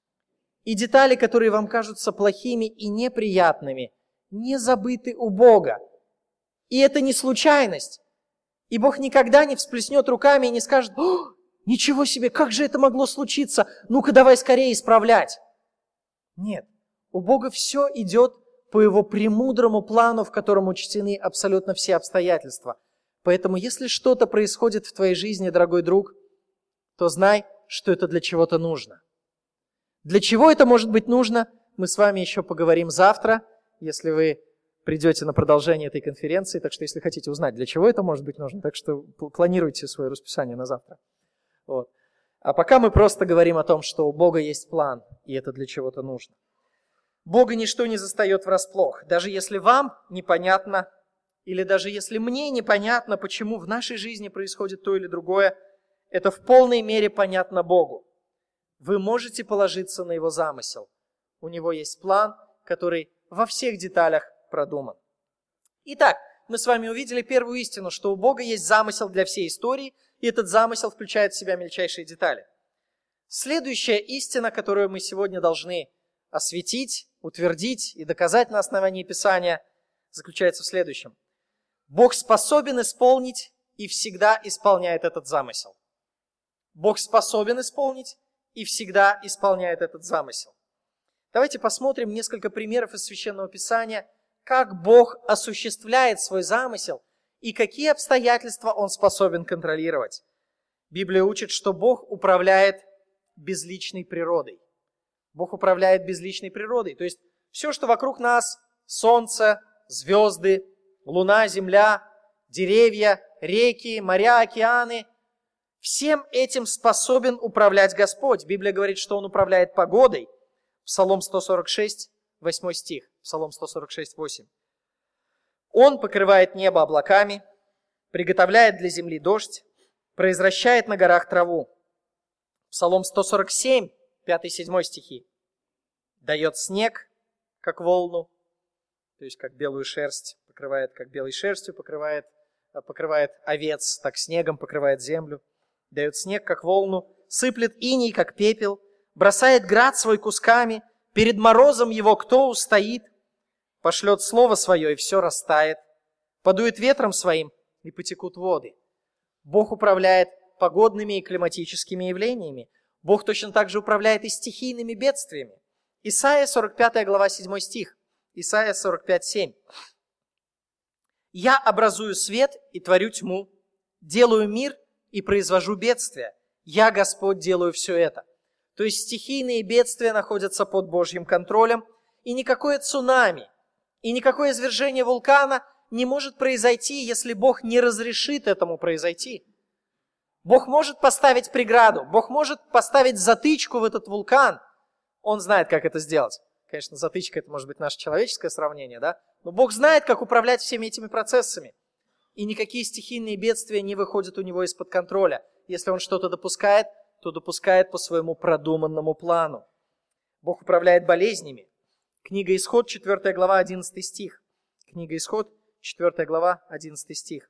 и детали, которые вам кажутся плохими и неприятными, не забыты у Бога. И это не случайность. И Бог никогда не всплеснет руками и не скажет: «О, ничего себе, как же это могло случиться? Ну-ка давай скорее исправлять». Нет, у Бога все идет по Его премудрому плану, в котором учтены абсолютно все обстоятельства. Поэтому если что-то происходит в твоей жизни, дорогой друг, то знай, что это для чего-то нужно. Для чего это может быть нужно, мы с вами еще поговорим завтра, если вы придете на продолжение этой конференции. Так что, если хотите узнать, для чего это может быть нужно, так что планируйте свое расписание на завтра. Вот. А пока мы просто говорим о том, что у Бога есть план, и это для чего-то нужно. Бога ничто не застает врасплох. Даже если вам непонятно, или даже если мне непонятно, почему в нашей жизни происходит то или другое, это в полной мере понятно Богу. Вы можете положиться на Его замысел. У Него есть план, который во всех деталях продуман. Итак, мы с вами увидели первую истину, что у Бога есть замысел для всей истории, и этот замысел включает в себя мельчайшие детали. Следующая истина, которую мы сегодня должны осветить, утвердить и доказать на основании Писания, заключается в следующем. Бог способен исполнить и всегда исполняет этот замысел. Бог способен исполнить и всегда исполняет этот замысел. Давайте посмотрим несколько примеров из Священного Писания, как Бог осуществляет свой замысел и какие обстоятельства Он способен контролировать. Библия учит, что Бог управляет безличной природой. Бог управляет безличной природой. То есть все, что вокруг нас, солнце, звезды, луна, земля, деревья, реки, моря, океаны, всем этим способен управлять Господь. Библия говорит, что Он управляет погодой. Псалом 146, 8 стих. Псалом 146, 8. Он покрывает небо облаками, приготовляет для земли дождь, произвращает на горах траву. Псалом 147, 5-7 стихи. Дает снег, как волну, то есть как белую шерсть, покрывает, как белой шерстью покрывает овец, так снегом покрывает землю. Дает снег, как волну, сыплет иней, как пепел, бросает град свой кусками, перед морозом его кто устоит? Пошлет слово свое, и все растает. Подует ветром своим, и потекут воды. Бог управляет погодными и климатическими явлениями. Бог точно так же управляет и стихийными бедствиями. Исайя 45 глава 7 стих. Исайя 45, 7. «Я образую свет и творю тьму, делаю мир и произвожу бедствия. Я, Господь, делаю все это». То есть стихийные бедствия находятся под Божьим контролем, и никакое цунами, и никакое извержение вулкана не может произойти, если Бог не разрешит этому произойти. Бог может поставить преграду, Бог может поставить затычку в этот вулкан. Он знает, как это сделать. Конечно, затычка — это может быть наше человеческое сравнение, да? Но Бог знает, как управлять всеми этими процессами. И никакие стихийные бедствия не выходят у него из-под контроля. Если он что-то допускает, то допускает по своему продуманному плану. Бог управляет болезнями. Книга Исход, 4 глава, 11 стих. Книга Исход, 4 глава, 11 стих.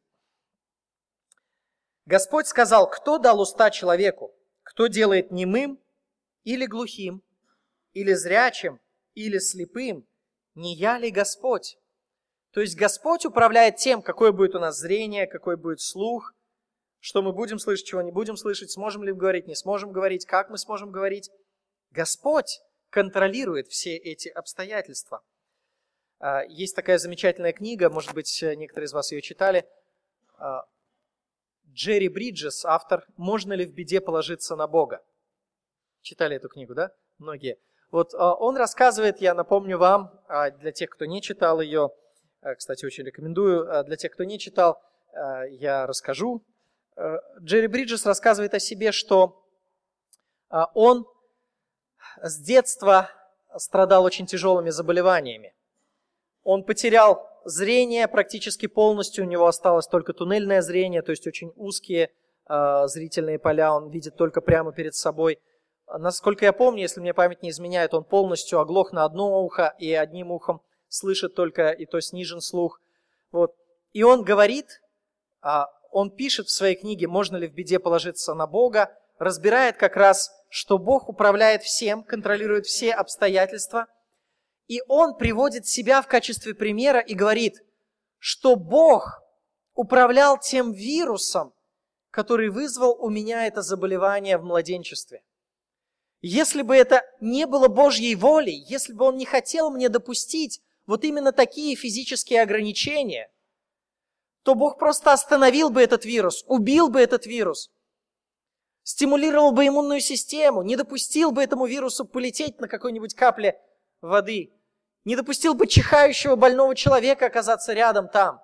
Господь сказал: кто дал уста человеку? Кто делает немым или глухим, или зрячим, или слепым? Не я ли Господь? То есть Господь управляет тем, какое будет у нас зрение, какой будет слух, что мы будем слышать, чего не будем слышать, сможем ли говорить, не сможем говорить, как мы сможем говорить. Господь контролирует все эти обстоятельства. Есть такая замечательная книга, может быть, некоторые из вас ее читали. Джерри Бриджес, автор «Можно ли в беде положиться на Бога?» Читали эту книгу, да? Многие. Вот он рассказывает, я напомню вам, для тех, кто не читал ее, кстати, очень рекомендую, для тех, кто не читал, я расскажу. Джерри Бриджес рассказывает о себе, что он с детства страдал очень тяжелыми заболеваниями. Он потерял зрение практически полностью, у него осталось только туннельное зрение, то есть очень узкие зрительные поля, он видит только прямо перед собой. Насколько я помню, если мне память не изменяет, он полностью оглох на одно ухо и одним ухом слышит только, и то снижен слух. Вот. И он говорит, он пишет в своей книге «Можно ли в беде положиться на Бога», разбирает как раз, что Бог управляет всем, контролирует все обстоятельства. И он приводит себя в качестве примера и говорит, что Бог управлял тем вирусом, который вызвал у меня это заболевание в младенчестве. Если бы это не было Божьей волей, если бы Он не хотел мне допустить вот именно такие физические ограничения, то Бог просто остановил бы этот вирус, убил бы этот вирус, стимулировал бы иммунную систему, не допустил бы этому вирусу полететь на какой-нибудь капле воды, не допустил бы чихающего больного человека оказаться рядом там.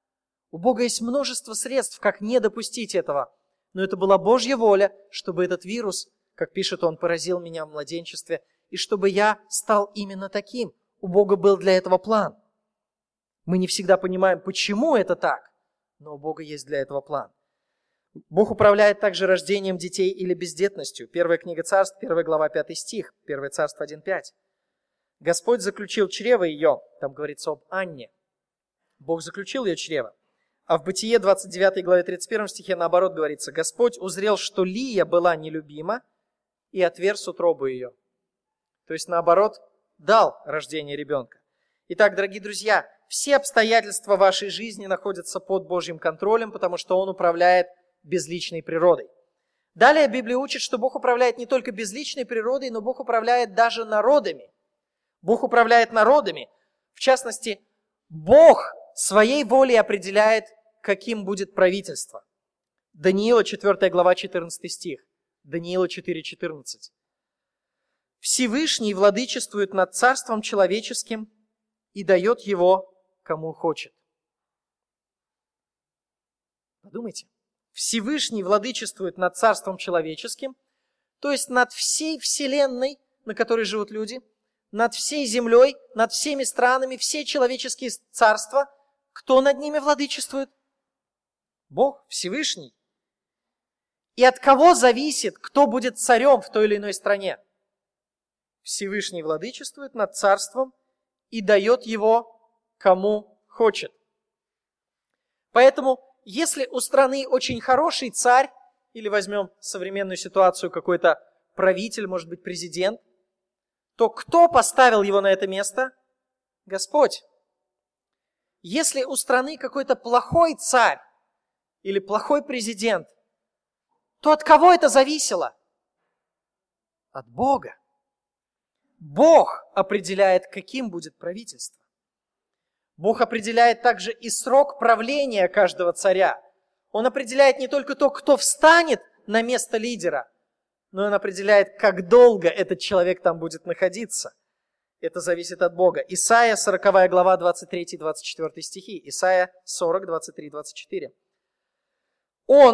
У Бога есть множество средств, как не допустить этого. Но это была Божья воля, чтобы этот вирус, как пишет он, поразил меня в младенчестве, и чтобы я стал именно таким. У Бога был для этого план. Мы не всегда понимаем, почему это так, но у Бога есть для этого план. Бог управляет также рождением детей или бездетностью. Первая книга Царств, 1 глава, 5 стих, 1 Царств 1:5. Господь заключил чрево ее, там говорится об Анне. Бог заключил ее чрево. А в Бытие 29 главе 31 стихе наоборот говорится: Господь узрел, что Лия была нелюбима, и отверз утробу ее. То есть наоборот, дал рождение ребенка. Итак, дорогие друзья, все обстоятельства вашей жизни находятся под Божьим контролем, потому что Он управляет безличной природой. Далее Библия учит, что Бог управляет не только безличной природой, но Бог управляет даже народами. Бог управляет народами. В частности, Бог своей волей определяет, каким будет правительство. Даниила 4 глава 14 стих. Даниила 4:14. Всевышний владычествует над царством человеческим и дает его кому хочет. Подумайте. Всевышний владычествует над царством человеческим, то есть над всей вселенной, на которой живут люди, над всей землей, над всеми странами, все человеческие царства. Кто над ними владычествует? Бог, Всевышний. И от кого зависит, кто будет царем в той или иной стране? Всевышний владычествует над царством и дает его кому хочет. Поэтому, если у страны очень хороший царь, или возьмем современную ситуацию, какой-то правитель, может быть, президент, то кто поставил его на это место? Господь. Если у страны какой-то плохой царь или плохой президент, то от кого это зависело? От Бога. Бог определяет, каким будет правительство. Бог определяет также и срок правления каждого царя. Он определяет не только то, кто встанет на место лидера, но он определяет, как долго этот человек там будет находиться. Это зависит от Бога. Исайя 40 глава 23-24 стихи. Исайя 40, 23-24. Он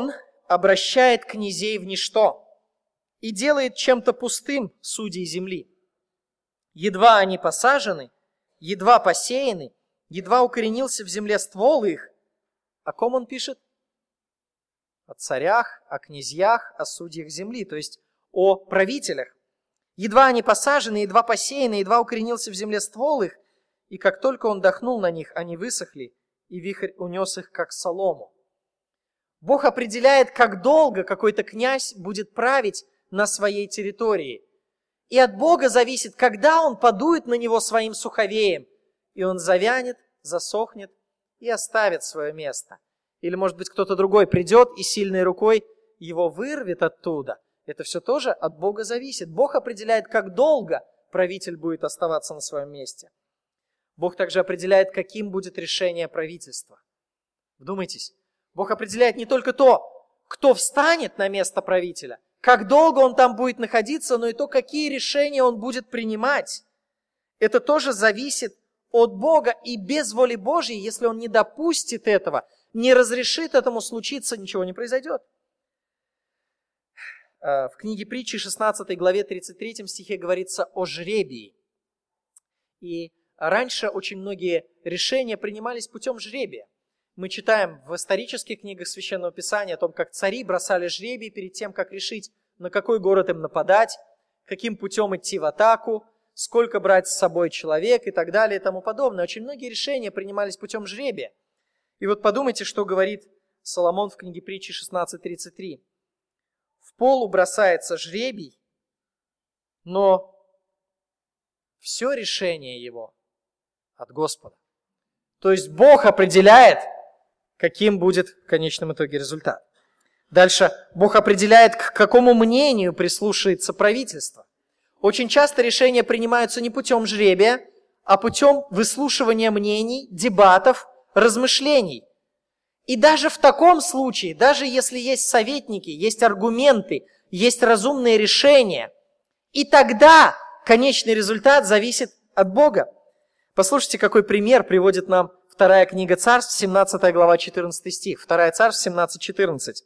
обращает князей в ничто и делает чем-то пустым судей земли. Едва они посажены, едва посеяны, едва укоренился в земле ствол их. О ком он пишет? О царях, о князьях, о судьях земли, то есть о правителях. Едва они посажены, едва посеяны, едва укоренился в земле ствол их, и как только он дохнул на них, они высохли, и вихрь унес их, как солому. Бог определяет, как долго какой-то князь будет править на своей территории. И от Бога зависит, когда он подует на него своим суховеем, и он завянет, засохнет и оставит свое место. Или, может быть, кто-то другой придет и сильной рукой его вырвет оттуда. Это все тоже от Бога зависит. Бог определяет, как долго правитель будет оставаться на своем месте. Бог также определяет, каким будет решение правительства. Вдумайтесь, Бог определяет не только то, кто встанет на место правителя, как долго он там будет находиться, но и то, какие решения он будет принимать. Это тоже зависит от Бога, и без воли Божьей, если он не допустит этого, не разрешит этому случиться, ничего не произойдет. В книге Притчи 16 главе 33 стихе говорится о жребии. И раньше очень многие решения принимались путем жребия. Мы читаем в исторических книгах Священного Писания о том, как цари бросали жребий перед тем, как решить, на какой город им нападать, каким путем идти в атаку, сколько брать с собой человек и так далее и тому подобное. Очень многие решения принимались путем жребия. И вот подумайте, что говорит Соломон в книге Притчи 16:33. В полу бросается жребий, но все решение его от Господа. То есть Бог определяет, каким будет в конечном итоге результат. Дальше Бог определяет, к какому мнению прислушается правительство. Очень часто решения принимаются не путем жребия, а путем выслушивания мнений, дебатов, размышлений. И даже в таком случае, даже если есть советники, есть аргументы, есть разумные решения, и тогда конечный результат зависит от Бога. Послушайте, какой пример приводит нам 2 книга Царств, 17 глава, 14 стих. 2 Царств, 17:14.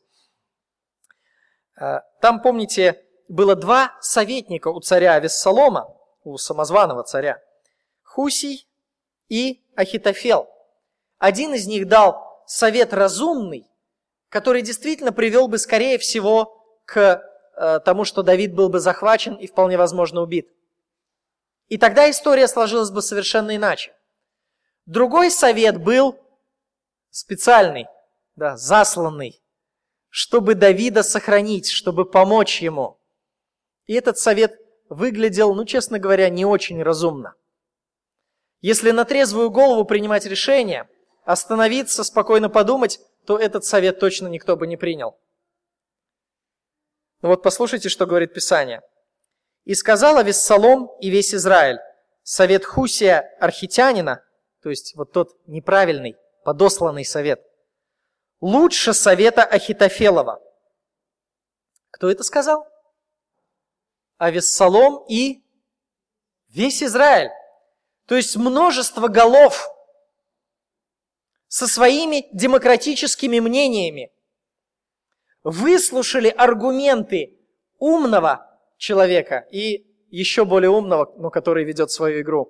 Там, помните, было два советника у царя Авессалома, у самозваного царя. Хусий и Ахитофел. Один из них дал совет разумный, который действительно привел бы, скорее всего, к тому, что Давид был бы захвачен и вполне возможно убит. И тогда история сложилась бы совершенно иначе. Другой совет был специальный, засланный, чтобы Давида сохранить, чтобы помочь ему. И этот совет выглядел, честно говоря, не очень разумно. Если на трезвую голову принимать решение, остановиться, спокойно подумать, то этот совет точно никто бы не принял. Но вот послушайте, что говорит Писание. «И сказал Авессалом и весь Израиль, совет Хусия архитянина», то есть вот тот неправильный, подосланный совет, «лучше совета Ахитофелова». Кто это сказал? Авессалом и весь Израиль. То есть множество голов со своими демократическими мнениями выслушали аргументы умного человека и еще более умного, но который ведет свою игру.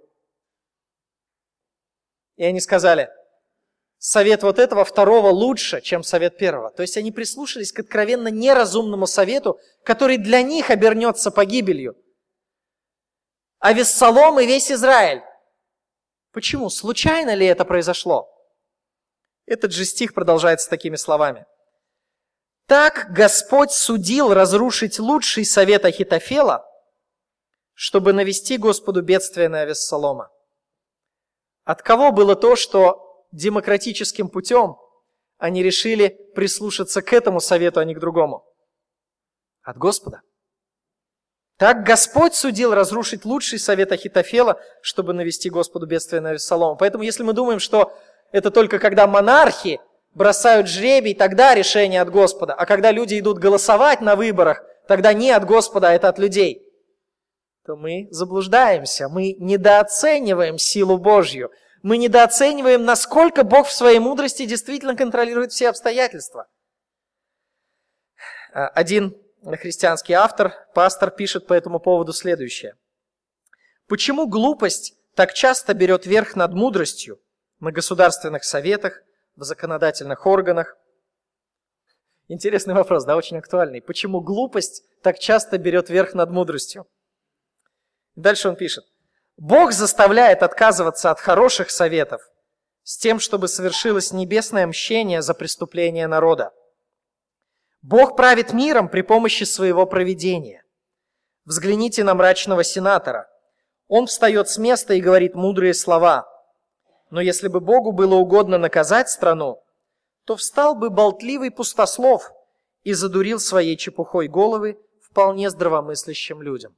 И они сказали, совет вот этого второго лучше, чем совет первого. То есть они прислушались к откровенно неразумному совету, который для них обернется погибелью. Авессалом и весь Израиль. Почему? Случайно ли это произошло? Этот же стих продолжается такими словами. «Так Господь судил разрушить лучший совет Ахитофела, чтобы навести Господу бедствие на Авессалома». От кого было то, что демократическим путем они решили прислушаться к этому совету, а не к другому? От Господа. Так Господь судил разрушить лучший совет Ахитофела, чтобы навести Господу бедствие на Авессалома. Поэтому если мы думаем, что это только когда монархи бросают жребий, тогда решение от Господа. А когда люди идут голосовать на выборах, тогда не от Господа, а это от людей. То мы заблуждаемся, мы недооцениваем силу Божью. Мы недооцениваем, насколько Бог в своей мудрости действительно контролирует все обстоятельства. Один христианский автор, пастор, пишет по этому поводу следующее. Почему глупость так часто берет верх над мудростью на государственных советах, в законодательных органах? Интересный вопрос, да, очень актуальный. Почему глупость так часто берет верх над мудростью? Дальше он пишет. Бог заставляет отказываться от хороших советов с тем, чтобы совершилось небесное мщение за преступление народа. Бог правит миром при помощи своего провидения. Взгляните на мрачного сенатора. Он встает с места и говорит мудрые слова. Но если бы Богу было угодно наказать страну, то встал бы болтливый пустослов и задурил своей чепухой головы вполне здравомыслящим людям.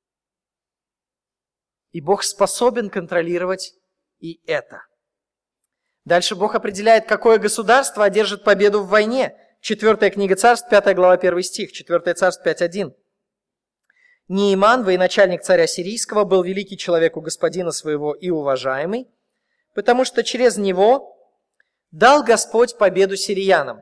И Бог способен контролировать и это. Дальше Бог определяет, какое государство одержит победу в войне. 4 книга Царств, 5 глава, 1 стих, 4 Царств 5:1. Неиман, военачальник царя сирийского, был великий человек у господина своего и уважаемый, потому что через него дал Господь победу сириянам.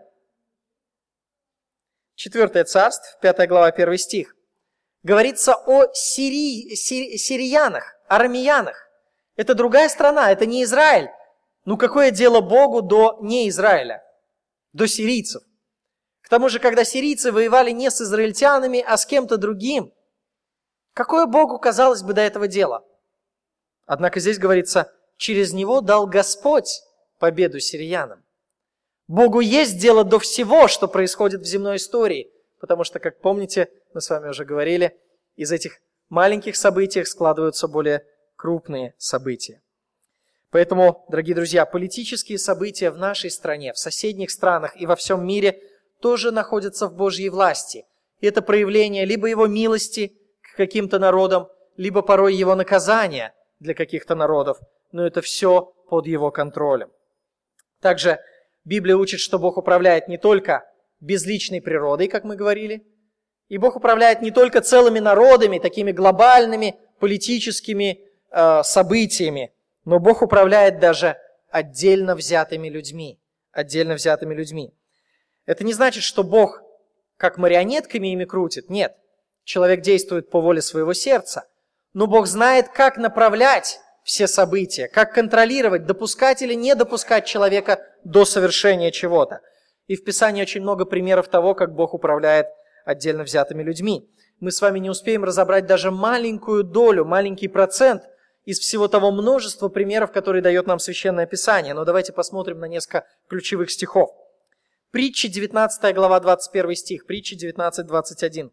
4 Царств, 5 глава, 1 стих. Говорится о сириянах, арамеянах. Это другая страна, это не Израиль. Ну какое дело Богу до не Израиля, до сирийцев? К тому же, когда сирийцы воевали не с израильтянами, а с кем-то другим, какое Богу, казалось бы, до этого дела? Однако здесь говорится, через него дал Господь победу сириянам. Богу есть дело до всего, что происходит в земной истории, потому что, как помните, мы с вами уже говорили, из этих маленьких событий складываются более крупные события. Поэтому, дорогие друзья, политические события в нашей стране, в соседних странах и во всем мире тоже находятся в Божьей власти. И это проявление либо Его милости к каким-то народам, либо порой Его наказания для каких-то народов. Но это все под Его контролем. Также Библия учит, что Бог управляет не только безличной природой, как мы говорили, и Бог управляет не только целыми народами, такими глобальными политическими событиями, но Бог управляет даже отдельно взятыми людьми. Отдельно взятыми людьми. Это не значит, что Бог как марионетками ими крутит. Нет. Человек действует по воле своего сердца. Но Бог знает, как направлять все события, как контролировать, допускать или не допускать человека до совершения чего-то. И в Писании очень много примеров того, как Бог управляет отдельно взятыми людьми. Мы с вами не успеем разобрать даже маленькую долю, маленький процент из всего того множества примеров, которые дает нам Священное Писание. Но давайте посмотрим на несколько ключевых стихов. Притчи, 19 глава, 21 стих. Притчи 19, 21.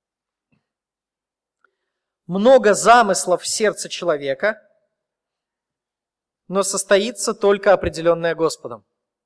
Много замыслов в сердце человека, но состоится только определенное Господом.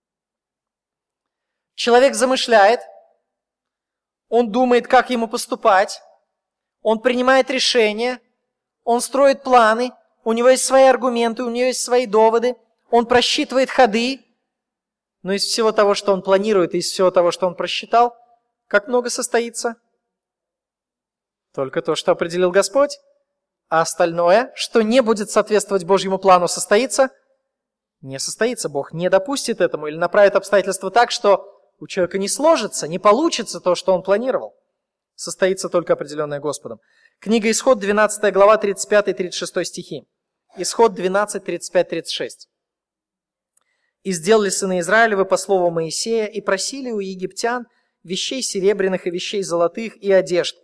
Человек замышляет, он думает, как ему поступать, он принимает решения, он строит планы, у него есть свои аргументы, у него есть свои доводы, он просчитывает ходы, но из всего того, что он планирует, из всего того, что он просчитал, как много состоится? Только то, что определил Господь. А остальное, что не будет соответствовать Божьему плану, состоится? Не состоится. Бог не допустит этому или направит обстоятельства так, что у человека не сложится, не получится то, что он планировал. Состоится только определенное Господом. Книга Исход, 12 глава, 35-36 стихи. Исход 12, 35-36. «И сделали сыны Израилевы по слову Моисея, и просили у египтян вещей серебряных и вещей золотых и одежд».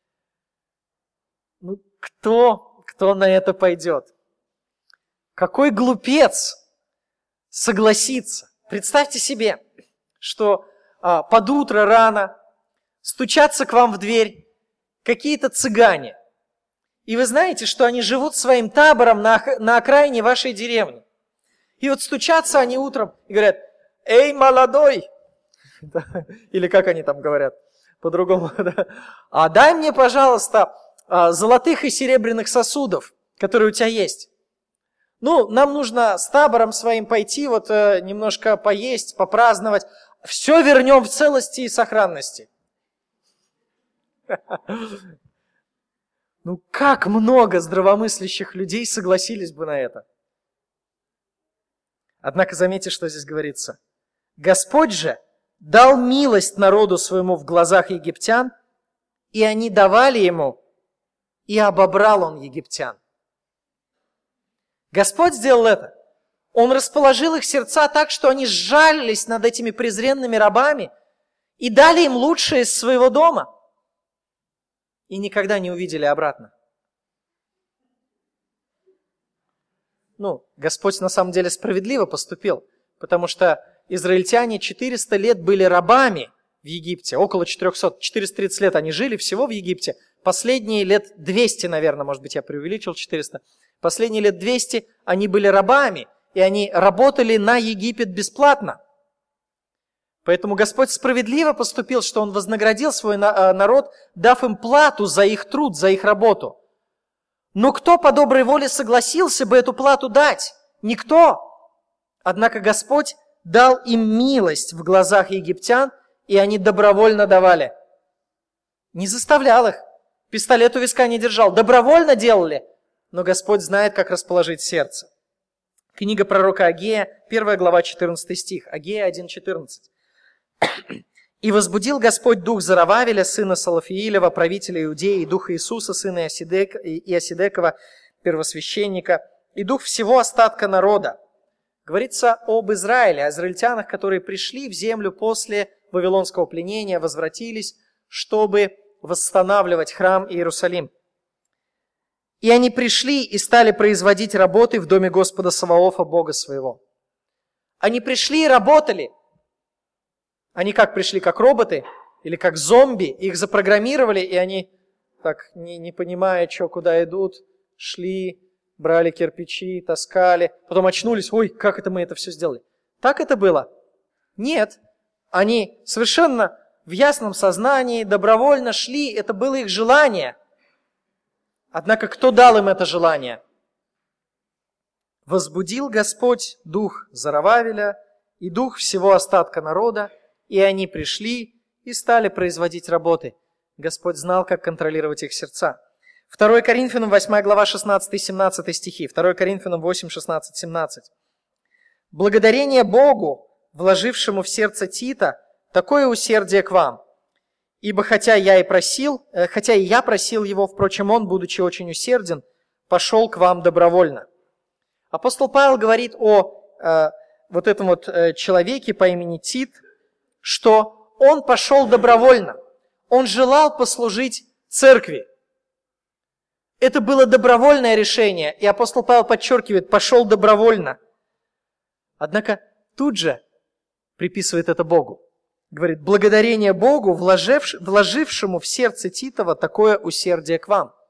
Ну, кто на это пойдет? Какой глупец согласится? Представьте себе, что под утро рано стучатся к вам в дверь какие-то цыгане. И вы знаете, что они живут своим табором на окраине вашей деревни. И вот стучатся они утром и говорят: «Эй, молодой!» Или как они там говорят по-другому. «А дай мне, пожалуйста, золотых и серебряных сосудов, которые у тебя есть. Ну, нам нужно с табором своим пойти, вот немножко поесть, попраздновать. Все вернем в целости и сохранности». Ну, как много здравомыслящих людей согласились бы на это? Однако заметьте, что здесь говорится. Господь же дал милость народу своему в глазах египтян, и они давали ему, и обобрал он египтян. Господь сделал это. Он расположил их сердца так, что они сжалились над этими презренными рабами и дали им лучшее из своего дома. И никогда не увидели обратно. Господь на самом деле справедливо поступил, потому что израильтяне 400 лет были рабами в Египте, около 400, 430 лет они жили всего в Египте. Последние лет 200, наверное, может быть, я преувеличил 400. Последние лет 200 они были рабами, и они работали на Египет бесплатно. Поэтому Господь справедливо поступил, что Он вознаградил свой народ, дав им плату за их труд, за их работу. Но кто по доброй воле согласился бы эту плату дать? Никто. Однако Господь дал им милость в глазах египтян, и они добровольно давали. Не заставлял их, пистолет у виска не держал, добровольно делали. Но Господь знает, как расположить сердце. Книга пророка Агея, 1 глава, 14 стих. Агея 1:14. «И возбудил Господь дух Зарававеля, сына Салафиилева, правителя Иудеи, и дух Иисуса, сына Иосидекова, первосвященника, и дух всего остатка народа». Говорится об Израиле, о израильтянах, которые пришли в землю после Вавилонского пленения, возвратились, чтобы восстанавливать храм Иерусалим. «И они пришли и стали производить работы в доме Господа Саваофа, Бога своего». Они пришли и работали. Они как пришли, как роботы или как зомби, их запрограммировали, и они, так не понимая, куда идут, шли, брали кирпичи, таскали, потом очнулись, ой, как это мы это все сделали. Так это было? Нет. Они совершенно в ясном сознании, добровольно шли, это было их желание. Однако кто дал им это желание? «Возбудил Господь дух Зарававеля и дух всего остатка народа, и они пришли и стали производить работы». Господь знал, как контролировать их сердца. 2 Коринфянам 8 глава 16-17 стихи. 2 Коринфянам 8, 16, 17. «Благодарение Богу, вложившему в сердце Тита, такое усердие к вам. Ибо хотя и я просил его, впрочем, он, будучи очень усерден, пошел к вам добровольно». Апостол Павел говорит о этом человеке по имени Тит, что он пошел добровольно. Он желал послужить церкви. Это было добровольное решение, и апостол Павел подчеркивает, пошел добровольно. Однако тут же приписывает это Богу. Говорит, благодарение Богу, вложившему в сердце Титова такое усердие к вам.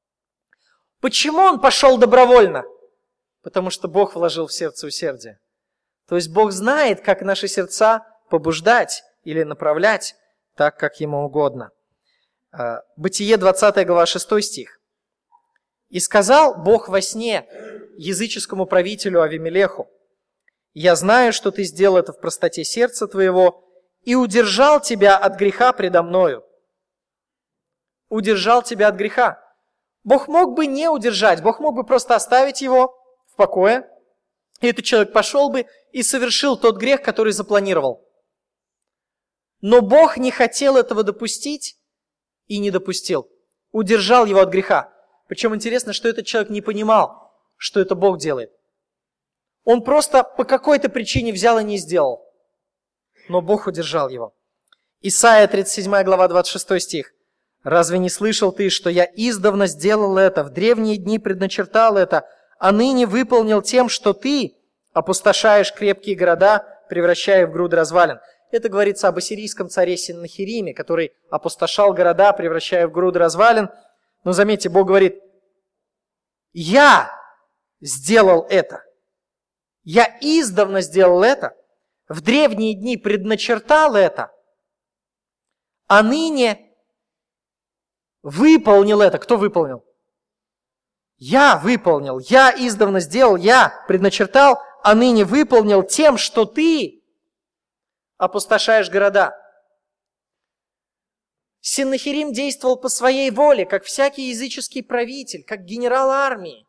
Почему он пошел добровольно? Потому что Бог вложил в сердце усердие. То есть Бог знает, как наши сердца побуждать или направлять так, как Ему угодно. Бытие 20 глава 6 стих. «И сказал Бог во сне языческому правителю Авимелеху: я знаю, что ты сделал это в простоте сердца твоего, и удержал тебя от греха предо мною». Удержал тебя от греха. Бог мог бы не удержать, Бог мог бы просто оставить его в покое, и этот человек пошел бы и совершил тот грех, который запланировал. Но Бог не хотел этого допустить и не допустил. Удержал его от греха. Причем интересно, что этот человек не понимал, что это Бог делает. Он просто по какой-то причине взял и не сделал. Но Бог удержал его. Исайя 37 глава 26 стих. «Разве не слышал ты, что я издавна сделал это, в древние дни предначертал это, а ныне выполнил тем, что ты опустошаешь крепкие города, превращая в груды развалин». Это говорится об ассирийском царе Синнахириме, который опустошал города, превращая в груды развалин. Но заметьте, Бог говорит, я сделал это. Я издавна сделал это, в древние дни предначертал это, а ныне выполнил это. Кто выполнил? Я выполнил, я издавна сделал, я предначертал, а ныне выполнил тем, что ты опустошаешь города. Синнахирим действовал по своей воле, как всякий языческий правитель, как генерал армии.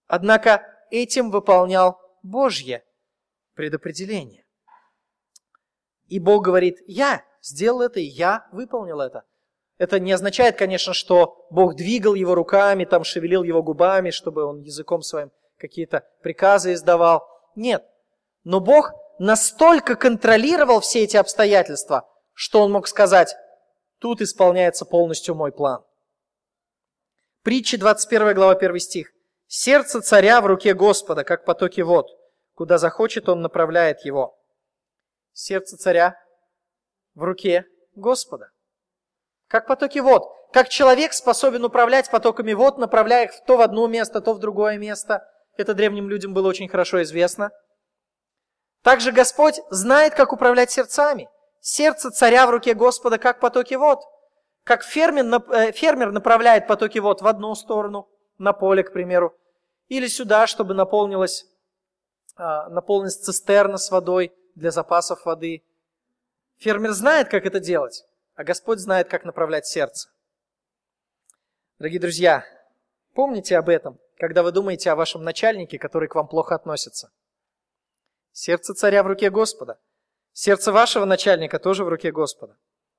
Однако этим выполнял Божье предопределение. И Бог говорит: я сделал это, и я выполнил это. Это не означает, конечно, что Бог двигал его руками, там, шевелил его губами, чтобы он языком своим какие-то приказы издавал. Нет. Но Бог настолько контролировал все эти обстоятельства, что он мог сказать: тут исполняется полностью мой план. Притча 21 глава 1 стих. «Сердце царя в руке Господа, как потоки вод. Куда захочет, он направляет его». Сердце царя в руке Господа. Как потоки вод. Как человек способен управлять потоками вод, направляя их то в одно место, то в другое место. Это древним людям было очень хорошо известно. Также Господь знает, как управлять сердцами. Сердце царя в руке Господа, как потоки вод. Как фермер направляет потоки вод в одну сторону, на поле, к примеру, или сюда, чтобы наполнилась цистерна с водой для запасов воды. Фермер знает, как это делать, а Господь знает, как направлять сердце. Дорогие друзья, помните об этом, когда вы думаете о вашем начальнике, который к вам плохо относится. Сердце царя в руке Господа. Сердце вашего начальника тоже в руке Господа.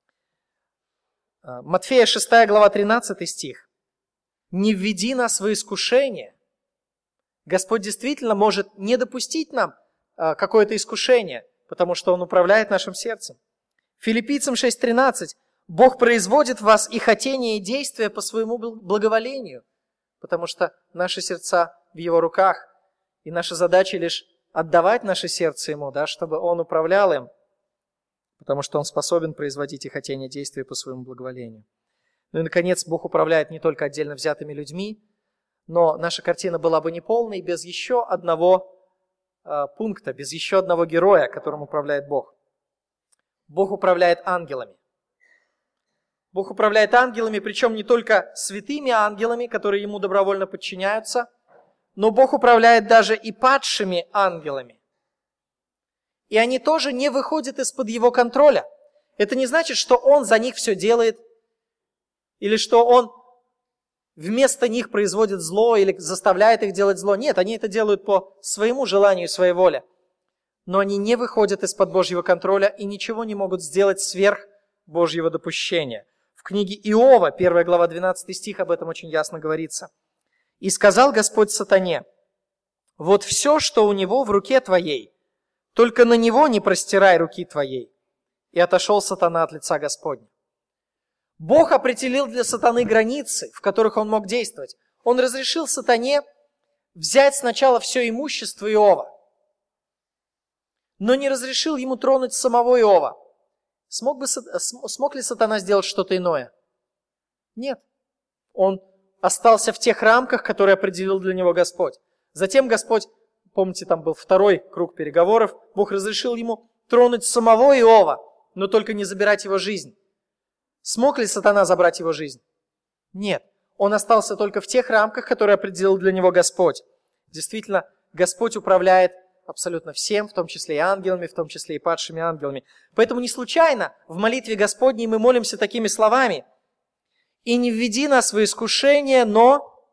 Матфея 6 глава 13 стих. «Не введи нас в искушение». Господь действительно может не допустить нам какое-то искушение, потому что Он управляет нашим сердцем. Филиппийцам 6:13. «Бог производит в вас и хотение, и действия по своему благоволению», потому что наши сердца в Его руках, и наша задача лишь отдавать наше сердце Ему, чтобы Он управлял им, потому что Он способен производить и хотение, действия по своему благоволению. Ну и, наконец, Бог управляет не только отдельно взятыми людьми, но наша картина была бы неполной без еще одного пункта, без еще одного героя, которым управляет Бог. Бог управляет ангелами. Бог управляет ангелами, причем не только святыми ангелами, которые Ему добровольно подчиняются, но Бог управляет даже и падшими ангелами. И они тоже не выходят из-под Его контроля. Это не значит, что Он за них все делает, или что Он вместо них производит зло, или заставляет их делать зло. Нет, они это делают по своему желанию и своей воле. Но они не выходят из-под Божьего контроля и ничего не могут сделать сверх Божьего допущения. В книге Иова, 1 глава 12 стих, об этом очень ясно говорится. «И сказал Господь сатане: вот все, что у него в руке твоей, только на него не простирай руки твоей. И отошел сатана от лица Господня». Бог определил для сатаны границы, в которых он мог действовать. Он разрешил сатане взять сначала все имущество Иова, но не разрешил ему тронуть самого Иова. Смог ли сатана сделать что-то иное? Нет. Он остался в тех рамках, которые определил для него Господь. Затем Господь, помните, там был второй круг переговоров, Бог разрешил ему тронуть самого Иова, но только не забирать его жизнь. Смог ли сатана забрать его жизнь? Нет. Он остался только в тех рамках, которые определил для него Господь. Действительно, Господь управляет абсолютно всем, в том числе и ангелами, в том числе и падшими ангелами. Поэтому не случайно в молитве Господней мы молимся такими словами: «И не введи нас в искушение, но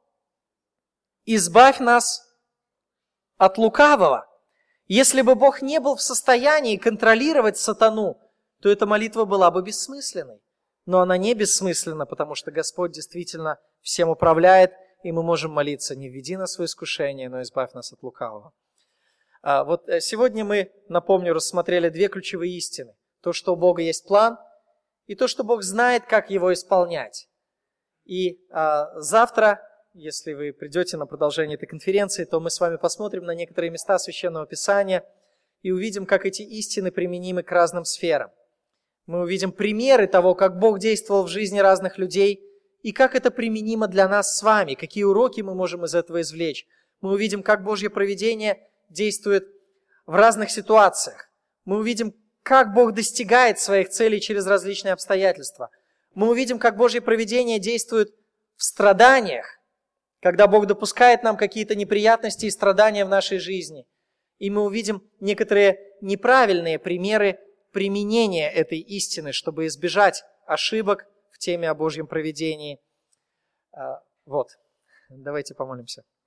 избавь нас от лукавого». Если бы Бог не был в состоянии контролировать сатану, то эта молитва была бы бессмысленной. Но она не бессмысленна, потому что Господь действительно всем управляет, и мы можем молиться: «Не введи нас в искушение, но избавь нас от лукавого». Вот сегодня мы, напомню, рассмотрели две ключевые истины. То, что у Бога есть план, и то, что Бог знает, как его исполнять. И завтра, если вы придете на продолжение этой конференции, то мы с вами посмотрим на некоторые места Священного Писания и увидим, как эти истины применимы к разным сферам. Мы увидим примеры того, как Бог действовал в жизни разных людей, и как это применимо для нас с вами, какие уроки мы можем из этого извлечь. Мы увидим, как Божье провидение действует в разных ситуациях. Мы увидим, как Бог достигает своих целей через различные обстоятельства. Мы увидим, как Божье провидение действует в страданиях, когда Бог допускает нам какие-то неприятности и страдания в нашей жизни. И мы увидим некоторые неправильные примеры применения этой истины, чтобы избежать ошибок в теме о Божьем провидении. Давайте помолимся.